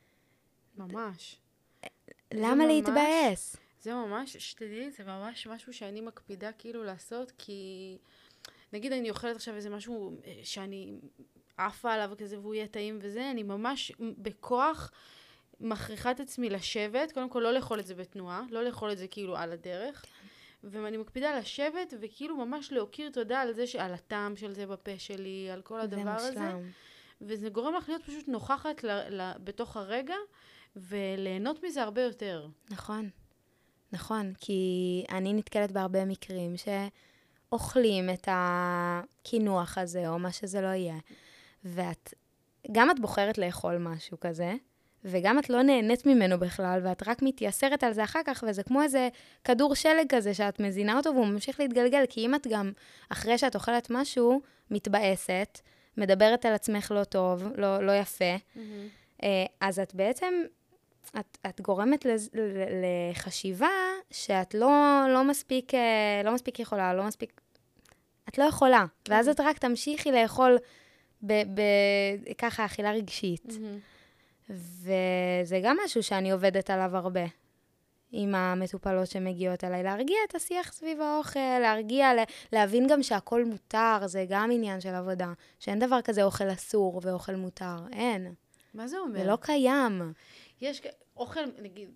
ממש. למה להתבאס? זה ממש, שתדעי, זה ממש משהו שאני מקפידה כאילו לעשות, כי נגיד אני אוכלת עכשיו איזה משהו שאני עפה עליו כזה והוא יהיה טעים וזה, אני ממש בכוח מכריחה את עצמי לשבת, קודם כל לא לאכול את זה בתנועה, לא לאכול את זה כאילו על הדרך, ואני מקפידה לשבת וכאילו ממש להוקיר תודה על זה, על הטעם של זה בפה שלי, על כל הדבר הזה. זה מושלם. וזה גורם לך להיות פשוט נוכחת ל, ל, בתוך הרגע, וליהנות מזה הרבה יותר. נכון. נכון, כי אני נתקלת בהרבה מקרים שאוכלים את הכינוח הזה, או מה שזה לא יהיה. ואת, גם את בוחרת לאכול משהו כזה, וגם את לא נהנית ממנו בכלל, ואת רק מתייסרת על זה אחר כך, וזה כמו איזה כדור שלג כזה, שאת מזינה אותו, והוא ממשיך להתגלגל, כי אם את גם, אחרי שאת אוכלת משהו, מתבאסת, מדברת על עצמך לא טוב, לא, לא יפה, mm-hmm. אז את בעצם... את, את גורמת לז, לחשיבה שאת לא, לא מספיק, לא מספיק יכולה, לא מספיק, את לא יכולה. Mm-hmm. ואז את רק תמשיכי לאכול ב, ב, ככה אכילה רגשית. Mm-hmm. וזה גם משהו שאני עובדת עליו הרבה, עם המטופלות שמגיעות אליי, להרגיע את השיח סביב האוכל, להרגיע, להבין גם שהכל מותר, זה גם עניין של עבודה, שאין דבר כזה אוכל אסור ואוכל מותר, אין. מה זה אומר? זה לא קיים. יש אוכל, נגיד,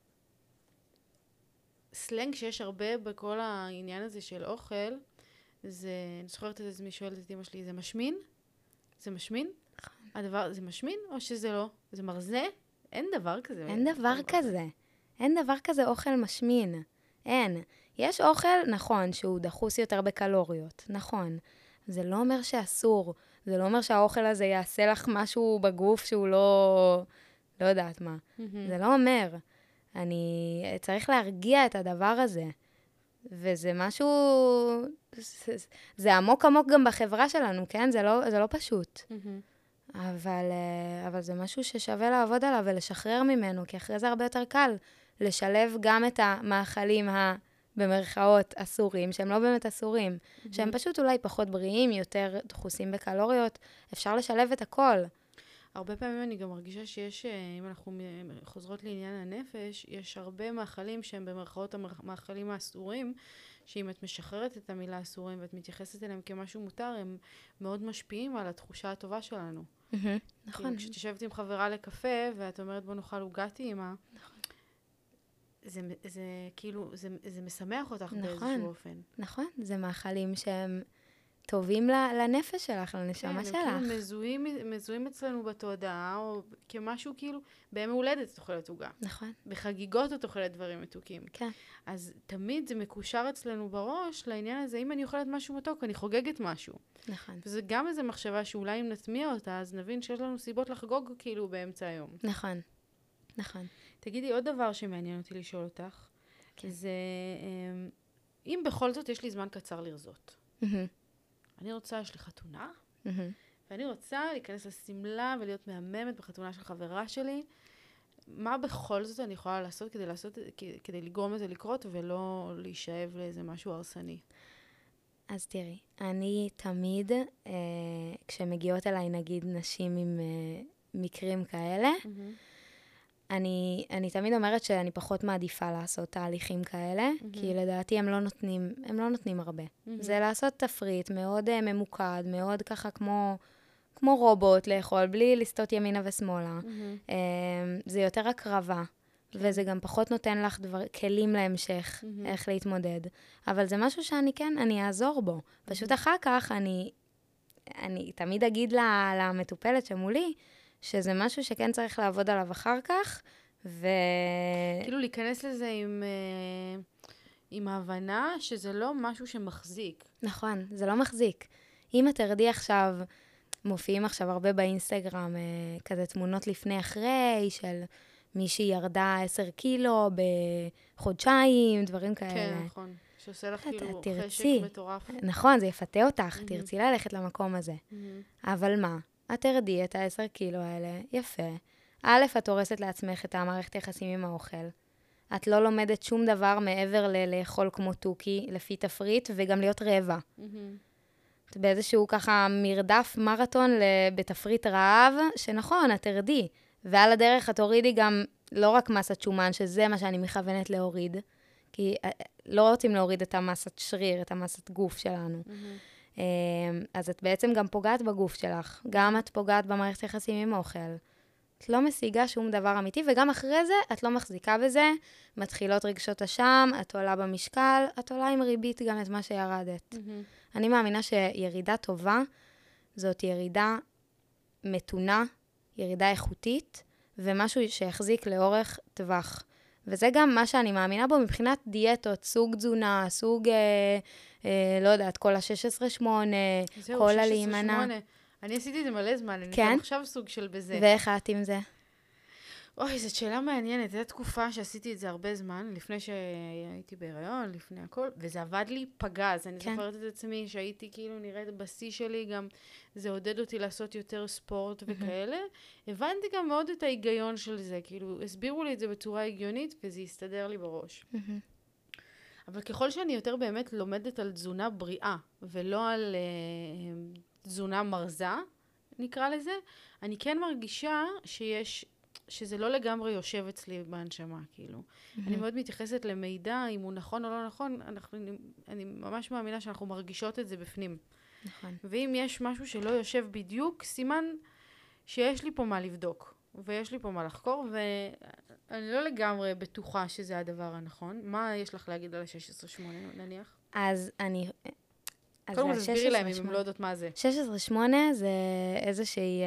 סלנג שיש הרבה בכל העניין הזה של אוכל, זה, אני זוכרת את זה, מי שואלת את אמא שלי, זה משמין? זה משמין? הדבר, זה משמין או שזה לא? זה מרזה? אין דבר כזה. אין דבר כזה. אין דבר כזה אוכל משמין. אין. יש אוכל, נכון, שהוא דחוס יותר בקלוריות. נכון. זה לא אומר שאסור. זה לא אומר שהאוכל הזה יעשה לך משהו בגוף שהוא לא... לא יודעת מה. Mm-hmm. זה לא אומר. אני צריך להרגיע את הדבר הזה. וזה משהו... זה, זה עמוק עמוק גם בחברה שלנו, כן? זה לא, זה לא פשוט. Mm-hmm. אבל, אבל זה משהו ששווה לעבוד עליו ולשחרר ממנו, כי אחרי זה הרבה יותר קל לשלב גם את המאכלים ה... במרכאות אסורים, שהם לא באמת אסורים, mm-hmm. שהם פשוט אולי פחות בריאים, יותר דחוסים בקלוריות. אפשר לשלב את הכל. הרבה פעמים אני גם מרגישה שיש, אם אנחנו חוזרות לעניין הנפש, יש הרבה מאכלים שהם במרכאות המאכלים האסורים, שאם את משחררת את המילה אסורים ואת מתייחסת אליהם כמשהו מותר, הם מאוד משפיעים על התחושה הטובה שלנו. Mm-hmm. נכון. כשתשבת עם חברה לקפה, ואת אומרת בוא נאכל עוגת טעימה, נכון. זה, זה כאילו, זה, זה משמח אותך נכון, באיזשהו אופן. נכון, זה מאכלים שהם טובים לנפש שלך, לנשמה שלך. כן, הם כאילו מזוהים, מזוהים אצלנו בתודעה, או כמשהו כאילו, בימי הולדת את אוכלת עוגה. נכון. בחגיגות את אוכלת דברים מתוקים. כן. אז תמיד זה מקושר אצלנו בראש לעניין הזה, אם אני אוכלת משהו מתוק, אני חוגגת משהו. נכון. וזה גם איזו מחשבה שאולי אם נטמיע אותה, אז נבין שיש לנו סיבות לחגוג כאילו באמצע היום. נכון. נכון. תגידי, עוד דבר שמעניין אותי לשאול אותך, כן. זה, אם בכל זאת יש לי זמן קצר לרזות. Mm-hmm. אני רוצה, יש לי חתונה, mm-hmm. ואני רוצה להיכנס לסמלה ולהיות מהממת בחתונה של חברה שלי. מה בכל זאת אני יכולה לעשות כדי, לעשות, כדי לגרום לזה לקרות ולא להישאב לאיזה משהו הרסני? אז תראי, אני תמיד, אה, כשמגיעות אליי נגיד נשים עם אה, מקרים כאלה, mm-hmm. אני, אני תמיד אומרת שאני פחות מעדיפה לעשות תהליכים כאלה, mm-hmm. כי לדעתי הם לא נותנים, הם לא נותנים הרבה. Mm-hmm. זה לעשות תפריט מאוד uh, ממוקד, מאוד ככה כמו, כמו רובוט לאכול, בלי לסטות ימינה ושמאלה. Mm-hmm. זה יותר הקרבה, כן. וזה גם פחות נותן לך דבר, כלים להמשך, mm-hmm. איך להתמודד. אבל זה משהו שאני כן, אני אעזור בו. Mm-hmm. פשוט אחר כך אני, אני תמיד אגיד לה, למטופלת שמולי, שזה משהו שכן צריך לעבוד עליו אחר כך, ו... כאילו להיכנס לזה עם, עם ההבנה שזה לא משהו שמחזיק. נכון, זה לא מחזיק. אם את תרדי עכשיו, מופיעים עכשיו הרבה באינסטגרם, כזה תמונות לפני אחרי, של מישהי ירדה עשר קילו בחודשיים, דברים כאלה. כן, נכון. שעושה לך כאילו חשק מטורף. נכון, זה יפתה אותך, תרצי ללכת למקום הזה. אבל מה? את תרדי את ה-עשר קילו האלה, יפה. א', את הורסת לעצמך את המערכת יחסים עם האוכל. את לא לומדת שום דבר מעבר ל-לאכול כמו טוקי, לפי תפריט, וגם להיות רעבה. את באיזשהו ככה מרדף מרתון בתפריט רעב, שנכון, את תרדי. ועל הדרך את הורידי גם לא רק מסת שומן, שזה מה שאני מכוונת להוריד, כי לא רוצים להוריד את המסת שריר, את המסת גוף שלנו. Mm-hmm. אז את בעצם גם פוגעת בגוף שלך, גם את פוגעת במערכת יחסים עם אוכל. את לא משיגה שום דבר אמיתי, וגם אחרי זה את לא מחזיקה בזה, מתחילות רגשות אשם, את עולה במשקל, את עולה עם ריבית גם את מה שירדת. Mm-hmm. אני מאמינה שירידה טובה, זאת ירידה מתונה, ירידה איכותית, ומשהו שיחזיק לאורך טווח. וזה גם מה שאני מאמינה בו מבחינת דיאטות, סוג תזונה, סוג, אה, אה, לא יודעת, כל ה-שש עשרה שמונה, כל הלהימנה. אני עשיתי את זה מלא זמן, אני כן? גם עכשיו סוג של בזה. ואיך את עם זה? אוי, זאת שאלה מעניינת. זו תקופה שעשיתי את זה הרבה זמן, לפני שהייתי בהיריון, לפני הכל, וזה עבד לי פגז. אני כן. זוכרת את עצמי שהייתי כאילו נראית בשיא שלי, גם זה עודד אותי לעשות יותר ספורט וכאלה. Mm-hmm. הבנתי גם מאוד את ההיגיון של זה, כאילו הסבירו לי את זה בצורה הגיונית, וזה הסתדר לי בראש. Mm-hmm. אבל ככל שאני יותר באמת לומדת על תזונה בריאה, ולא על uh, תזונה מרזה, נקרא לזה, אני כן מרגישה שיש... שזה לא לגמרי יושב אצלי בהנשמה, כאילו. Mm-hmm. אני מאוד מתייחסת למידע, אם הוא נכון או לא נכון, אנחנו, אני, אני ממש מאמינה שאנחנו מרגישות את זה בפנים. נכון. ואם יש משהו שלא יושב בדיוק, סימן שיש לי פה מה לבדוק, ויש לי פה מה לחקור, ואני לא לגמרי בטוחה שזה הדבר הנכון. מה יש לך להגיד על ה-שש עשרה שמונה, נניח? אז אני... קודם כל תסבירי להם אם הם לא יודעות מה זה. שש עשרה שמונה זה איזושהי...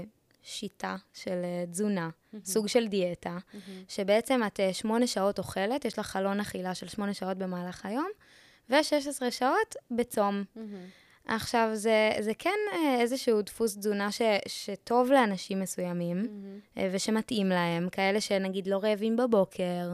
שיטה של תזונה, mm-hmm. סוג של דיאטה, mm-hmm. שבעצם את שמונה שעות אוכלת, יש לך חלון אכילה של שמונה שעות במהלך היום, ו-שש עשרה שעות בצום. Mm-hmm. עכשיו, זה, זה כן איזשהו דפוס תזונה ש, שטוב לאנשים מסוימים, mm-hmm. ושמתאים להם, כאלה שנגיד לא רעבים בבוקר,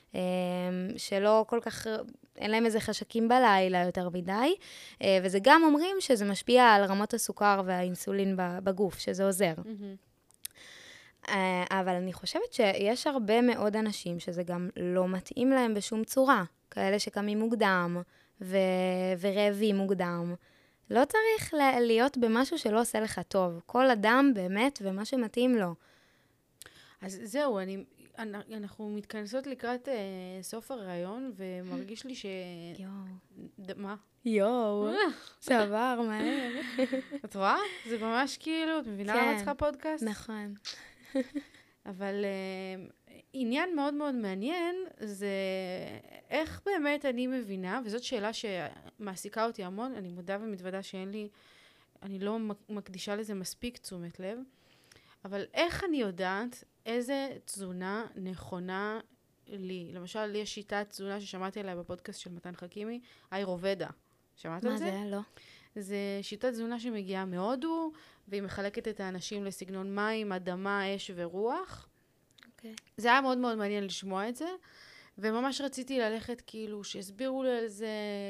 שלא כל כך, אין להם איזה חשקים בלילה יותר מדי, וזה גם אומרים שזה משפיע על רמות הסוכר והאינסולין בגוף, שזה עוזר. Mm-hmm. אבל אני חושבת שיש הרבה מאוד אנשים שזה גם לא מתאים להם בשום צורה, כאלה שקמים מוקדם ו- ורעבים מוקדם. לא צריך להיות במשהו שלא עושה לך טוב. כל אדם באמת ומה שמתאים לו. אז זהו, אני... אנחנו מתכנסות לקראת אה, סוף הרעיון, ומרגיש לי ש... יואו. ד... מה? יואו. זה עבר מהר. את רואה? זה ממש כאילו, את מבינה למה צריכה פודקאסט? נכון. אבל אה, עניין מאוד מאוד מעניין, זה איך באמת אני מבינה, וזאת שאלה שמעסיקה אותי המון, אני מודה ומתוודה שאין לי, אני לא מקדישה לזה מספיק תשומת לב, אבל איך אני יודעת איזה תזונה נכונה לי? למשל, לי יש שיטת תזונה ששמעתי עליה בפודקאסט של מתן חכימי, אירובדה. שמעת על זה? מה זה? לא. זה שיטת תזונה שמגיעה מהודו, והיא מחלקת את האנשים לסגנון מים, אדמה, אש ורוח. Okay. זה היה מאוד מאוד מעניין לשמוע את זה, וממש רציתי ללכת כאילו, שהסבירו לי על זה,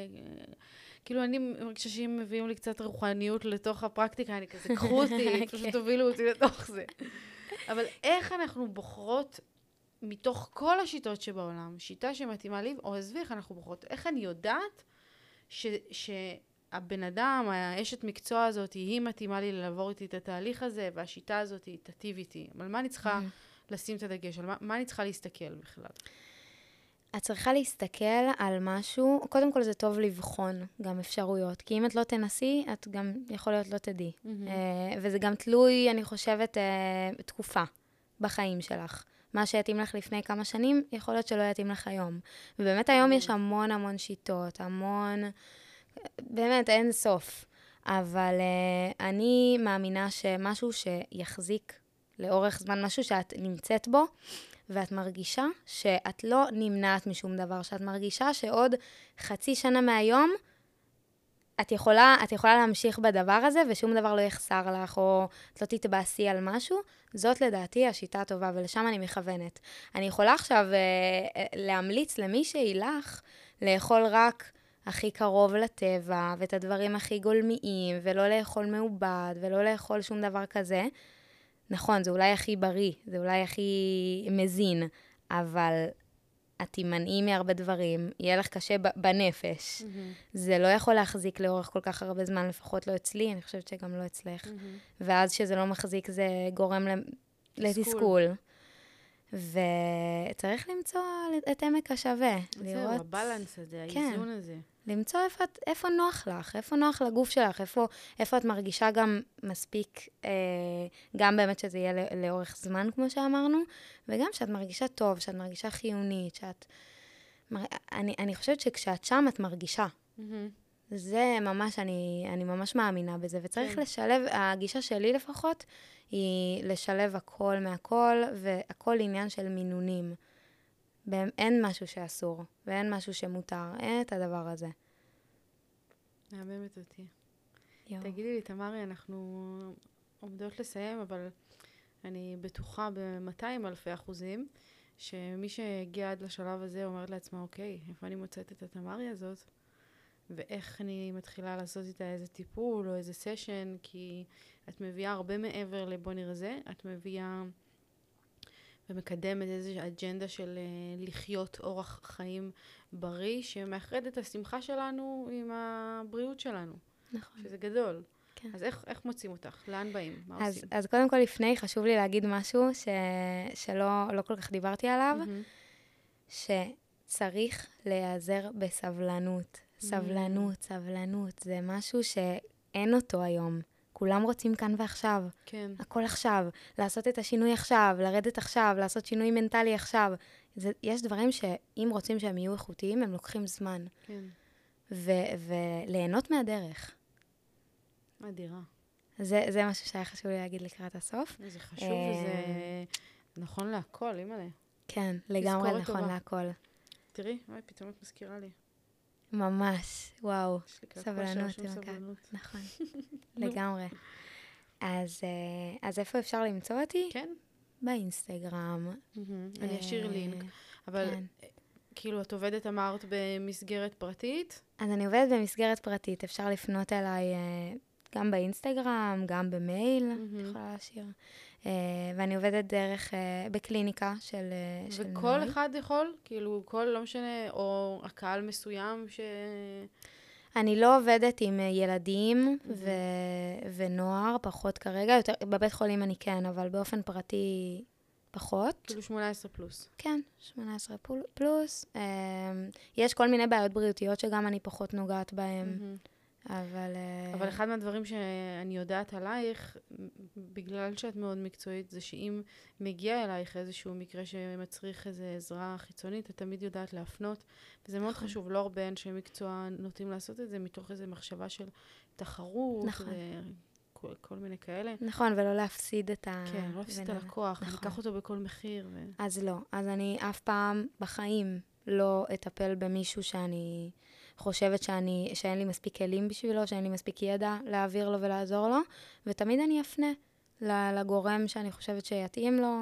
כאילו אני מרגישה שאם מביאים לי קצת רוחניות לתוך הפרקטיקה, אני כזה, קחו אותי, פשוט תובילו אותי לתוך זה. אבל איך אנחנו בוחרות מתוך כל השיטות שבעולם, שיטה שמתאימה לי, או עזבי איך אנחנו בוחרות, איך אני יודעת ש, שהבן אדם, האשת מקצוע הזאת, היא מתאימה לי לעבור איתי את התהליך הזה, והשיטה הזאת היא תטיב איתי. אבל מה אני צריכה לשים את הדגש? על מה, מה אני צריכה להסתכל בכלל? את צריכה להסתכל על משהו, קודם כל זה טוב לבחון גם אפשרויות, כי אם את לא תנסי, את גם יכול להיות לא תדעי. Mm-hmm. Uh, וזה גם תלוי, אני חושבת, uh, תקופה בחיים שלך. מה שיתאים לך לפני כמה שנים, יכול להיות שלא יתאים לך היום. ובאמת היום יש המון המון שיטות, המון, באמת אין סוף. אבל uh, אני מאמינה שמשהו שיחזיק לאורך זמן, משהו שאת נמצאת בו, ואת מרגישה שאת לא נמנעת משום דבר, שאת מרגישה שעוד חצי שנה מהיום, את יכולה, את יכולה להמשיך בדבר הזה, ושום דבר לא יחסר לך, או את לא תתבאסי על משהו, זאת לדעתי השיטה הטובה, ולשם אני מכוונת. אני יכולה עכשיו אה, להמליץ למישהי לך, לאכול רק הכי קרוב לטבע, ואת הדברים הכי גולמיים, ולא לאכול מעובד, ולא לאכול שום דבר כזה, נכון, זה אולי הכי בריא, זה אולי הכי מזין, אבל את תימנעי מהרבה דברים, יהיה לך קשה בנפש. Mm-hmm. זה לא יכול להחזיק לאורך כל כך הרבה זמן, לפחות לא אצלי, אני חושבת שגם לא אצלך. Mm-hmm. ואז שזה לא מחזיק, זה גורם לתסכול. וצריך למצוא את עמק השווה. זהו, הבלנס הזה, האיזון הזה. למצוא איפה, איפה נוח לך, איפה נוח לגוף שלך, איפה, איפה את מרגישה גם מספיק, אה, גם באמת שזה יהיה לאורך זמן, כמו שאמרנו, וגם שאת מרגישה טוב, שאת מרגישה חיונית, שאת... אני, אני חושבת שכשאת שם, את מרגישה. Mm-hmm. זה ממש, אני, אני ממש מאמינה בזה, וצריך כן. לשלב, הגישה שלי לפחות, היא לשלב הכל מהכל, והכל עניין של מינונים. אין משהו שאסור, ואין משהו שמותר, אין את הדבר הזה. מהממת אותי. יו. תגידי לי, תמרי, אנחנו עומדות לסיים, אבל אני בטוחה ב-מאתיים אלפי אחוזים, שמי שהגיע עד לשלב הזה אומרת לעצמה, אוקיי, איפה אני מוצאת את התמרי הזאת? ואיך אני מתחילה לעשות איתה איזה טיפול או איזה סשן, כי את מביאה הרבה מעבר לבוא נרזה, את מביאה ומקדמת איזו אג'נדה של uh, לחיות אורח חיים בריא, שמאחד את השמחה שלנו עם הבריאות שלנו. נכון. שזה גדול. כן. אז איך, איך מוצאים אותך? לאן באים? מה אז, עושים? אז קודם כל לפני, חשוב לי להגיד משהו ש, שלא לא כל כך דיברתי עליו, mm-hmm. שצריך להיעזר בסבלנות. סבלנות, mm-hmm. סבלנות, זה משהו שאין אותו היום. כולם רוצים כאן ועכשיו. כן. הכל עכשיו. לעשות את השינוי עכשיו, לרדת עכשיו, לעשות שינוי מנטלי עכשיו. זה, יש דברים שאם רוצים שהם יהיו איכותיים, הם לוקחים זמן. כן. ו- וליהנות מהדרך. אדירה. זה, זה משהו שהיה חשוב לי להגיד לקראת הסוף. זה חשוב וזה נכון להכל, אימא'לה. כן, לגמרי נכון להכל. תראי, אוי, פתאום את מזכירה לי. ממש, וואו, סבלנות. סבלנות. נכון, לגמרי. אז, אז איפה אפשר למצוא אותי? כן. באינסטגרם. אני אשאיר לינק. אבל כאילו, את עובדת, אמרת, במסגרת פרטית? אז אני עובדת במסגרת פרטית. אפשר לפנות אליי גם באינסטגרם, גם במייל, יכולה להשאיר. ואני עובדת דרך, בקליניקה של... וכל אחד יכול? כאילו, כל, לא משנה, או הקהל מסוים ש... אני לא עובדת עם ילדים ונוער, פחות כרגע. בבית חולים אני כן, אבל באופן פרטי פחות. כאילו שמונה עשרה פלוס. כן, שמונה עשרה פלוס. יש כל מיני בעיות בריאותיות שגם אני פחות נוגעת בהן. אבל... אבל אחד מהדברים שאני יודעת עלייך, בגלל שאת מאוד מקצועית, זה שאם מגיע אלייך איזשהו מקרה שמצריך איזו עזרה חיצונית, את תמיד יודעת להפנות, וזה מאוד חשוב, לא הרבה אנשי מקצוע נוטים לעשות את זה, מתוך איזו מחשבה של תחרות, וכל מיני כאלה. נכון, ולא להפסיד את ה... כן, לא להפסיד את הלקוח, לקח אותו בכל מחיר. אז לא, אז אני אף פעם בחיים לא אטפל במישהו שאני... חושבת שאני, שאין לי מספיק כלים בשבילו, שאין לי מספיק ידע להעביר לו ולעזור לו, ותמיד אני אפנה לגורם שאני חושבת שיתאים לו,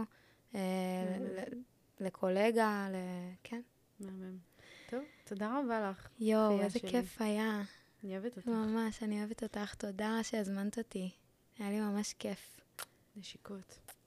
לקולגה, כן. מהמם. טוב, תודה רבה לך. יואו, איזה כיף היה. אני אוהבת אותך. ממש, אני אוהבת אותך. תודה שהזמנת אותי. היה לי ממש כיף. נשיקות.